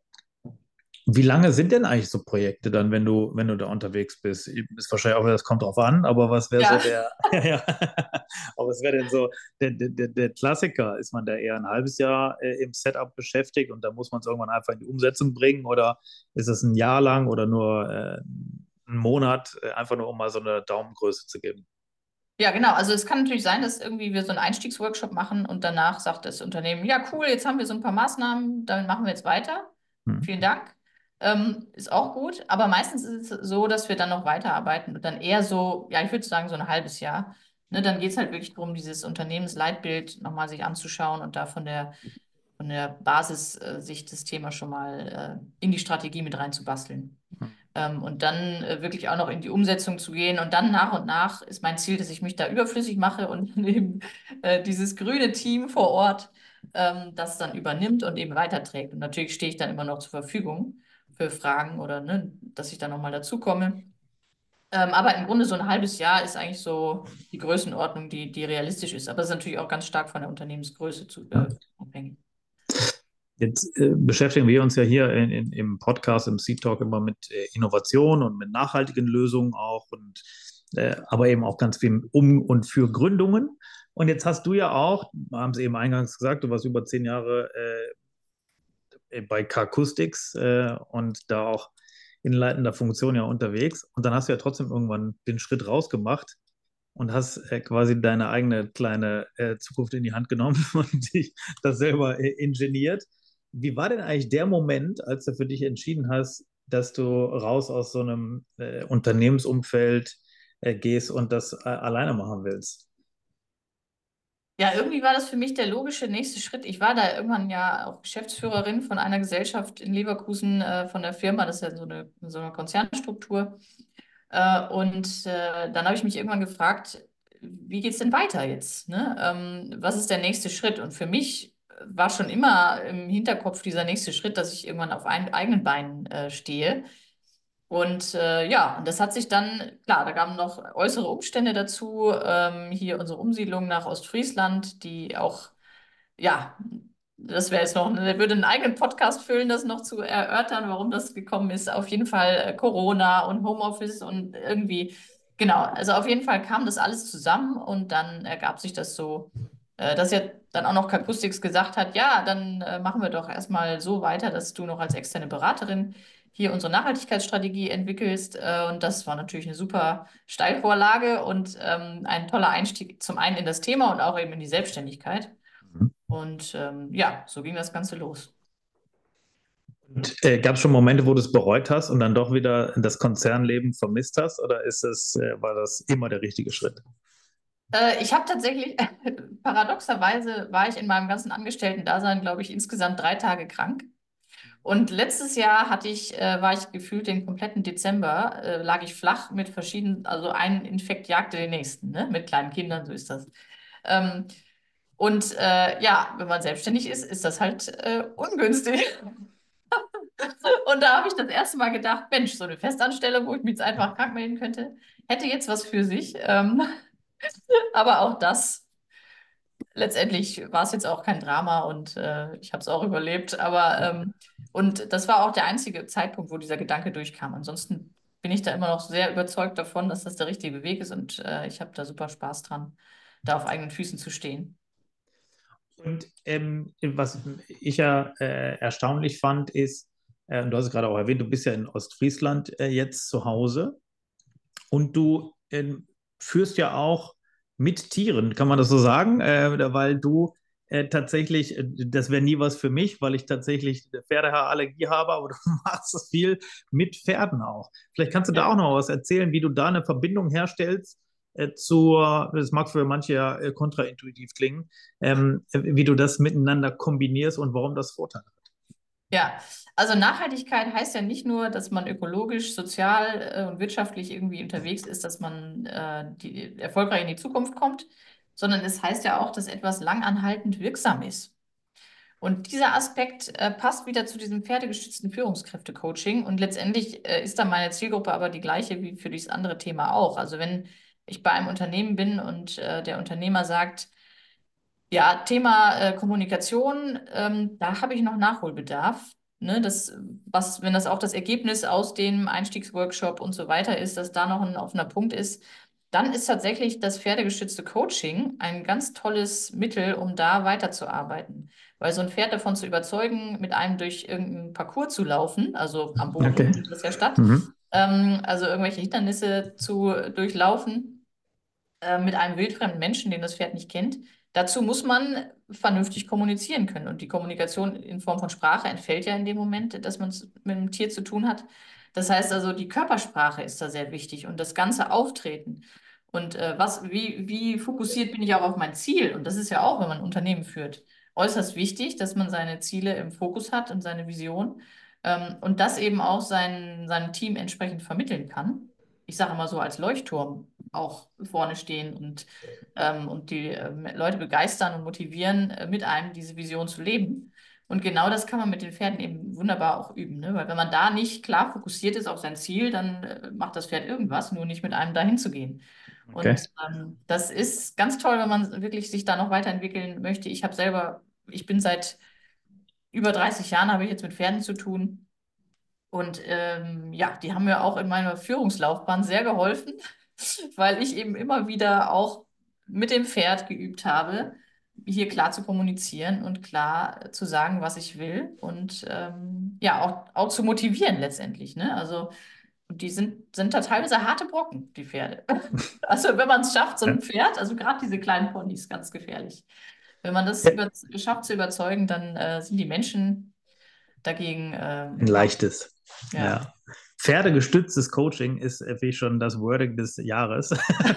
Speaker 2: wie lange sind denn eigentlich so Projekte dann, wenn du da unterwegs bist? Ist wahrscheinlich auch, das kommt drauf an, aber was wäre so
Speaker 3: Ja.
Speaker 2: der, ja, aber was wäre denn so der Klassiker? Ist man da eher ein halbes Jahr im Setup beschäftigt und da muss man es irgendwann einfach in die Umsetzung bringen oder ist es ein Jahr lang oder nur einen Monat, einfach nur um mal so eine Daumengröße zu geben?
Speaker 3: Ja, genau. Also es kann natürlich sein, dass irgendwie wir so einen Einstiegsworkshop machen und danach sagt das Unternehmen, ja, cool, jetzt haben wir so ein paar Maßnahmen, damit machen wir jetzt weiter.
Speaker 2: Hm.
Speaker 3: Vielen Dank. Ist auch gut. Aber meistens ist es so, dass wir dann noch weiterarbeiten und dann eher so, ja, ich würde sagen, so ein halbes Jahr. Ne, dann geht es halt wirklich darum, dieses Unternehmensleitbild nochmal sich anzuschauen und da von der Basis sich das Thema schon mal in die Strategie mit reinzubasteln. Und dann wirklich auch noch in die Umsetzung zu gehen. Und dann nach und nach ist mein Ziel, dass ich mich da überflüssig mache und eben dieses grüne Team vor Ort das dann übernimmt und eben weiterträgt. Und natürlich stehe ich dann immer noch zur Verfügung für Fragen oder ne, dass ich dann nochmal dazukomme. Aber im Grunde so ein halbes Jahr ist eigentlich so die Größenordnung, die realistisch ist. Aber es ist natürlich auch ganz stark von der Unternehmensgröße abhängig.
Speaker 2: Jetzt beschäftigen wir uns ja hier im Podcast, im Seed Talk immer mit Innovation und mit nachhaltigen Lösungen auch und aber eben auch ganz viel um und für Gründungen. Und jetzt hast du ja auch, wir haben es eben eingangs gesagt, du warst über 10 Jahre bei Carcustics und da auch in leitender Funktion ja unterwegs. Und dann hast du ja trotzdem irgendwann den Schritt rausgemacht und hast quasi deine eigene kleine Zukunft in die Hand genommen und dich das selber ingeniert. Wie war denn eigentlich der Moment, als du für dich entschieden hast, dass du raus aus so einem Unternehmensumfeld gehst und das alleine machen willst?
Speaker 3: Ja, irgendwie war das für mich der logische nächste Schritt. Ich war da irgendwann ja auch Geschäftsführerin von einer Gesellschaft in Leverkusen, von der Firma. Das ist ja so eine Konzernstruktur. Dann habe ich mich irgendwann gefragt, wie geht's denn weiter jetzt? Ne? Was ist der nächste Schritt? Und für mich war schon immer im Hinterkopf dieser nächste Schritt, dass ich irgendwann auf eigenen Beinen stehe. Und das hat sich dann, klar, da kamen noch äußere Umstände dazu. Hier unsere Umsiedlung nach Ostfriesland, die auch, ja, das wäre jetzt noch, der würde einen eigenen Podcast füllen, das noch zu erörtern, warum das gekommen ist. Auf jeden Fall Corona und Homeoffice und irgendwie, genau, also auf jeden Fall kam das alles zusammen und dann ergab sich das so, dass ja dann auch noch Kakustix gesagt hat, ja, dann machen wir doch erstmal so weiter, dass du noch als externe Beraterin hier unsere Nachhaltigkeitsstrategie entwickelst. Und das war natürlich eine super Steilvorlage und ein toller Einstieg zum einen in das Thema und auch eben in die Selbstständigkeit. Und ja, so ging das Ganze los.
Speaker 2: Und gab es schon Momente, wo du es bereut hast und dann doch wieder das Konzernleben vermisst hast? Oder war das immer der richtige Schritt?
Speaker 3: Ich habe tatsächlich, paradoxerweise war ich in meinem ganzen Angestellten-Dasein, glaube ich, insgesamt 3 Tage krank. Und letztes Jahr war ich gefühlt den kompletten Dezember, lag ich flach mit verschiedenen, also ein Infekt jagte den nächsten, ne? Mit kleinen Kindern, so ist das. Ähm, ja, wenn man selbstständig ist, ist das halt ungünstig. Und da habe ich das erste Mal gedacht, Mensch, so eine Festanstellung, wo ich mich jetzt einfach krank melden könnte, hätte jetzt was für sich. Aber auch das letztendlich war es jetzt auch kein Drama und ich habe es auch überlebt. Aber und das war auch der einzige Zeitpunkt, wo dieser Gedanke durchkam. Ansonsten bin ich da immer noch sehr überzeugt davon, dass das der richtige Weg ist und ich habe da super Spaß dran, da auf eigenen Füßen zu stehen.
Speaker 2: Und was ich ja erstaunlich fand, ist, und du hast es gerade auch erwähnt, du bist ja in Ostfriesland jetzt zu Hause und du führst ja auch mit Tieren, kann man das so sagen? Weil du tatsächlich, das wäre nie was für mich, weil ich tatsächlich eine Pferdehaarallergie habe, aber du machst es viel mit Pferden auch. Vielleicht kannst du da
Speaker 3: Ja.
Speaker 2: auch noch was erzählen, wie du da eine Verbindung herstellst zur, das mag für manche ja kontraintuitiv klingen, wie du das miteinander kombinierst und warum das Vorteile hat.
Speaker 3: Ja, also Nachhaltigkeit heißt ja nicht nur, dass man ökologisch, sozial und wirtschaftlich irgendwie unterwegs ist, dass man erfolgreich in die Zukunft kommt, sondern es heißt ja auch, dass etwas langanhaltend wirksam ist. Und dieser Aspekt passt wieder zu diesem pferdegestützten Führungskräfte-Coaching und letztendlich ist da meine Zielgruppe aber die gleiche wie für dieses andere Thema auch. Also wenn ich bei einem Unternehmen bin und der Unternehmer sagt, ja, Thema Kommunikation, da habe ich noch Nachholbedarf. Ne, wenn das auch das Ergebnis aus dem Einstiegsworkshop und so weiter ist, dass da noch ein offener Punkt ist, dann ist tatsächlich das pferdegestützte Coaching ein ganz tolles Mittel, um da weiterzuarbeiten. Weil so ein Pferd davon zu überzeugen, mit einem durch irgendeinen Parcours zu laufen, also am Boden
Speaker 2: Okay.
Speaker 3: findet das ja statt,
Speaker 2: Mhm.
Speaker 3: also irgendwelche Hindernisse zu durchlaufen mit einem wildfremden Menschen, den das Pferd nicht kennt. Dazu muss man vernünftig kommunizieren können. Und die Kommunikation in Form von Sprache entfällt ja in dem Moment, dass man es mit einem Tier zu tun hat. Das heißt also, die Körpersprache ist da sehr wichtig und das ganze Auftreten. Und wie fokussiert bin ich auch auf mein Ziel? Und das ist ja auch, wenn man ein Unternehmen führt, äußerst wichtig, dass man seine Ziele im Fokus hat und seine Vision und das eben auch seinem Team entsprechend vermitteln kann. Ich sage immer so als Leuchtturm auch vorne stehen und die Leute begeistern und motivieren, mit einem diese Vision zu leben. Und genau das kann man mit den Pferden eben wunderbar auch üben, ne? Weil wenn man da nicht klar fokussiert ist auf sein Ziel, dann macht das Pferd irgendwas, nur nicht mit einem dahin zu gehen.
Speaker 2: Okay.
Speaker 3: Und das ist ganz toll, wenn man wirklich sich da noch weiterentwickeln möchte. Ich bin seit über 30 Jahren, habe ich jetzt mit Pferden zu tun. Und ja, die haben mir auch in meiner Führungslaufbahn sehr geholfen, weil ich eben immer wieder auch mit dem Pferd geübt habe, hier klar zu kommunizieren und klar zu sagen, was ich will und ja, auch zu motivieren letztendlich, ne? Also die sind da teilweise harte Brocken, die Pferde. Also wenn man es schafft, so
Speaker 2: Ja.
Speaker 3: ein Pferd, also gerade diese kleinen Ponys, ganz gefährlich. Wenn man das
Speaker 2: Ja.
Speaker 3: schafft zu überzeugen, dann sind die Menschen dagegen
Speaker 2: Ein leichtes.
Speaker 3: ja.
Speaker 2: Ja. Pferdegestütztes Coaching ist, finde ich, schon das Wording des Jahres.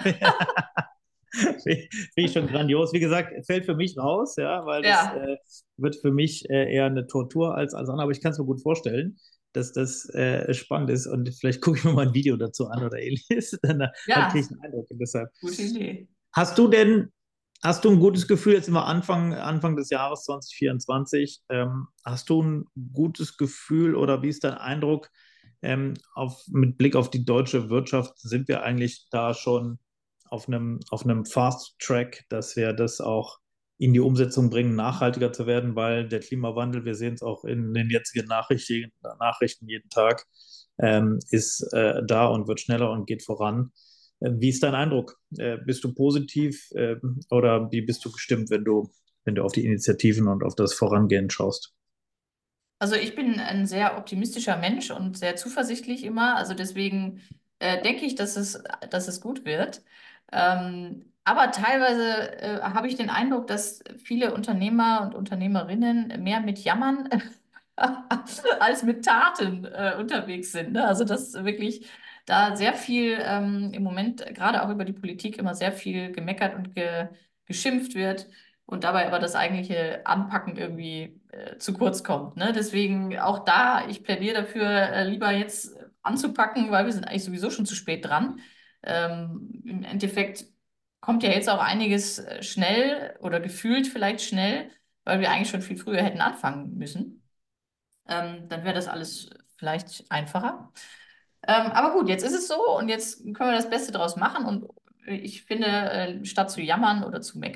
Speaker 2: Finde ich schon grandios. Wie gesagt, fällt für mich raus, ja, weil das
Speaker 3: Ja,
Speaker 2: wird für mich eher eine Tortur als andere, aber ich kann es mir gut vorstellen, dass das spannend ist und vielleicht gucke ich mir mal ein Video dazu an oder ähnliches, dann kriege
Speaker 3: ja,
Speaker 2: ich einen Eindruck. Und deshalb.
Speaker 3: gute Idee.
Speaker 2: Hast du denn, hast du ein gutes Gefühl, jetzt immer Anfang des Jahres 2024, hast du ein gutes Gefühl oder wie ist dein Eindruck, mit Blick auf die deutsche Wirtschaft, sind wir eigentlich da schon auf einem Fast Track, dass wir das auch in die Umsetzung bringen, nachhaltiger zu werden, weil der Klimawandel, wir sehen es auch in den jetzigen Nachrichten jeden Tag, ist da und wird schneller und geht voran. Wie ist dein Eindruck? Bist du positiv oder wie bist du gestimmt, wenn du auf die Initiativen und auf das Vorangehen schaust?
Speaker 3: Also ich bin ein sehr optimistischer Mensch und sehr zuversichtlich immer. Also deswegen denke ich, dass es gut wird. Aber teilweise habe ich den Eindruck, dass viele Unternehmer und Unternehmerinnen mehr mit Jammern als mit Taten unterwegs sind. Ne? Also dass wirklich da sehr viel im Moment, gerade auch über die Politik, immer sehr viel gemeckert und geschimpft wird und dabei aber das eigentliche Anpacken irgendwie zu kurz kommt. Ne? Deswegen auch da, ich plädiere dafür, lieber jetzt anzupacken, weil wir sind eigentlich sowieso schon zu spät dran. Im Endeffekt kommt ja jetzt auch einiges schnell oder gefühlt vielleicht schnell, weil wir eigentlich schon viel früher hätten anfangen müssen. Dann wäre das alles vielleicht einfacher. Aber gut, jetzt ist es so und jetzt können wir das Beste draus machen. Und ich finde, statt zu jammern oder zu meckern,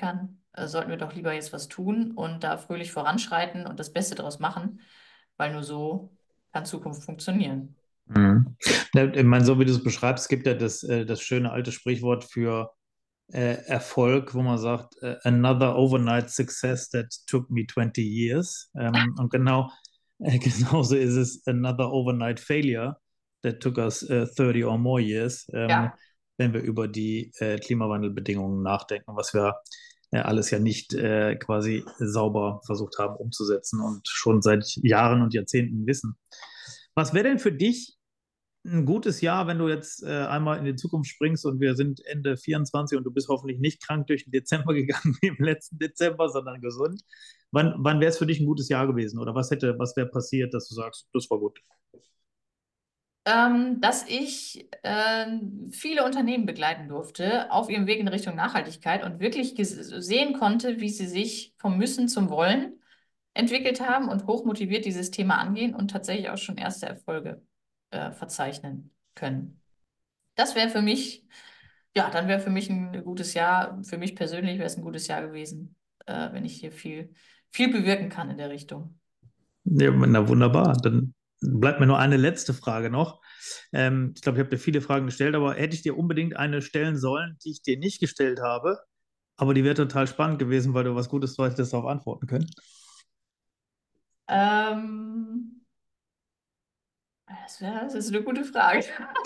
Speaker 3: sollten wir doch lieber jetzt was tun und da fröhlich voranschreiten und das Beste daraus machen, weil nur so kann Zukunft funktionieren.
Speaker 2: Mhm. Ja, ich meine, so wie du es beschreibst, es gibt ja das schöne alte Sprichwort für Erfolg, wo man sagt, another overnight success that took me 20 years. Und genauso ist es another overnight failure that took us 30 or more years,
Speaker 3: Ja.
Speaker 2: wenn wir über die Klimawandelbedingungen nachdenken, was wir alles ja nicht quasi sauber versucht haben umzusetzen und schon seit Jahren und Jahrzehnten wissen. Was wäre denn für dich ein gutes Jahr, wenn du jetzt einmal in die Zukunft springst und wir sind Ende 24 und du bist hoffentlich nicht krank durch den Dezember gegangen wie im letzten Dezember, sondern gesund. Wann wäre es für dich ein gutes Jahr gewesen? Oder was wäre passiert, dass du sagst, das war gut?
Speaker 3: Dass ich viele Unternehmen begleiten durfte auf ihrem Weg in Richtung Nachhaltigkeit und wirklich sehen konnte, wie sie sich vom Müssen zum Wollen entwickelt haben und hochmotiviert dieses Thema angehen und tatsächlich auch schon erste Erfolge verzeichnen können. Das wäre für mich, ja, dann wäre für mich ein gutes Jahr, für mich persönlich wäre es ein gutes Jahr gewesen, wenn ich hier viel bewirken kann in der Richtung.
Speaker 2: Ja, na wunderbar. Dann bleibt mir nur eine letzte Frage noch. Ich glaube, ich habe dir viele Fragen gestellt, aber hätte ich dir unbedingt eine stellen sollen, die ich dir nicht gestellt habe, aber die wäre total spannend gewesen, weil du was Gutes hättest darauf antworten können.
Speaker 3: Ähm, das ist eine gute Frage.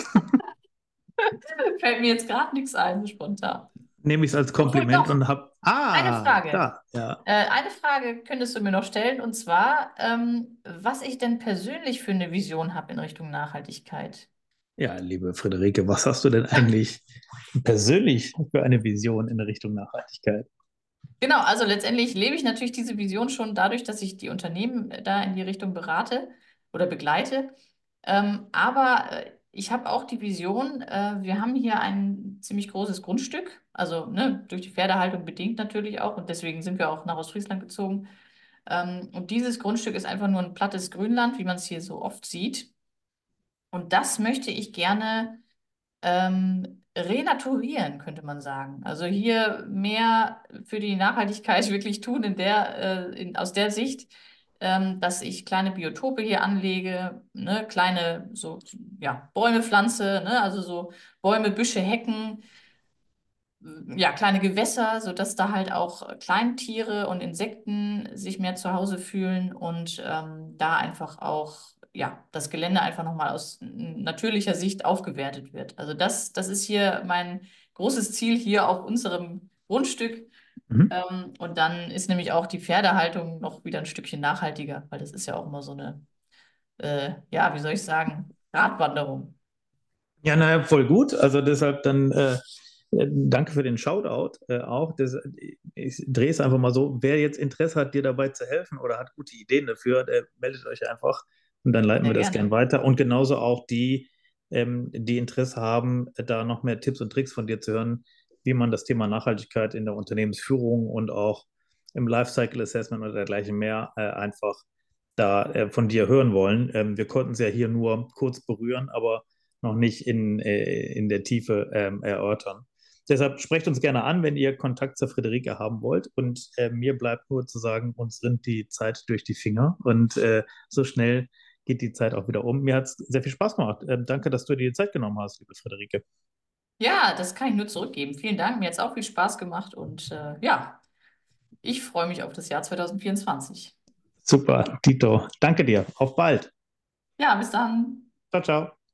Speaker 3: Fällt mir jetzt gerade nichts ein, so spontan.
Speaker 2: Nehme ich es als
Speaker 3: Obwohl
Speaker 2: Kompliment
Speaker 3: doch,
Speaker 2: und habe,
Speaker 3: eine Frage.
Speaker 2: da, ja.
Speaker 3: Eine Frage könntest du mir noch stellen, und zwar, was ich denn persönlich für eine Vision habe in Richtung Nachhaltigkeit.
Speaker 2: Ja, liebe Friederike, was hast du denn eigentlich persönlich für eine Vision in Richtung Nachhaltigkeit?
Speaker 3: Genau, also letztendlich lebe ich natürlich diese Vision schon dadurch, dass ich die Unternehmen da in die Richtung berate oder begleite. Aber ich habe auch die Vision, wir haben hier ein ziemlich großes Grundstück, also ne, durch die Pferdehaltung bedingt natürlich auch, und deswegen sind wir auch nach Ostfriesland gezogen. Und dieses Grundstück ist einfach nur ein plattes Grünland, wie man es hier so oft sieht. Und das möchte ich gerne renaturieren, könnte man sagen. Also hier mehr für die Nachhaltigkeit wirklich tun, aus der Sicht, dass ich kleine Biotope hier anlege, ne, kleine so, ja, Bäume pflanze, ne, also so Bäume, Büsche, Hecken, ja, kleine Gewässer, sodass da halt auch Kleintiere und Insekten sich mehr zu Hause fühlen und da einfach auch ja, das Gelände einfach nochmal aus natürlicher Sicht aufgewertet wird. Also das ist hier mein großes Ziel hier auf unserem Grundstück.
Speaker 2: Mhm.
Speaker 3: Und dann ist nämlich auch die Pferdehaltung noch wieder ein Stückchen nachhaltiger, weil das ist ja auch immer so eine, ja, wie soll ich sagen, Gratwanderung.
Speaker 2: Ja, naja, voll gut. Also deshalb dann danke für den Shoutout auch. Ich drehe es einfach mal so. Wer jetzt Interesse hat, dir dabei zu helfen oder hat gute Ideen dafür, der meldet euch einfach und dann leiten
Speaker 3: Sehr
Speaker 2: wir das gern
Speaker 3: gerne.
Speaker 2: weiter. Und genauso auch die, die Interesse haben, da noch mehr Tipps und Tricks von dir zu hören, wie man das Thema Nachhaltigkeit in der Unternehmensführung und auch im Lifecycle Assessment oder dergleichen mehr einfach da von dir hören wollen. Wir konnten es ja hier nur kurz berühren, aber noch nicht in der Tiefe erörtern. Deshalb sprecht uns gerne an, wenn ihr Kontakt zur Friederike haben wollt. Und mir bleibt nur zu sagen, uns rinnt die Zeit durch die Finger und so schnell geht die Zeit auch wieder um. Mir hat es sehr viel Spaß gemacht. Danke, dass du dir die Zeit genommen hast, liebe Friederike.
Speaker 3: Ja, das kann ich nur zurückgeben. Vielen Dank. Mir hat es auch viel Spaß gemacht und ja, ich freue mich auf das Jahr 2024.
Speaker 2: Super, Tito. Danke dir. Auf bald.
Speaker 3: Ja, bis dann.
Speaker 2: Ciao, ciao.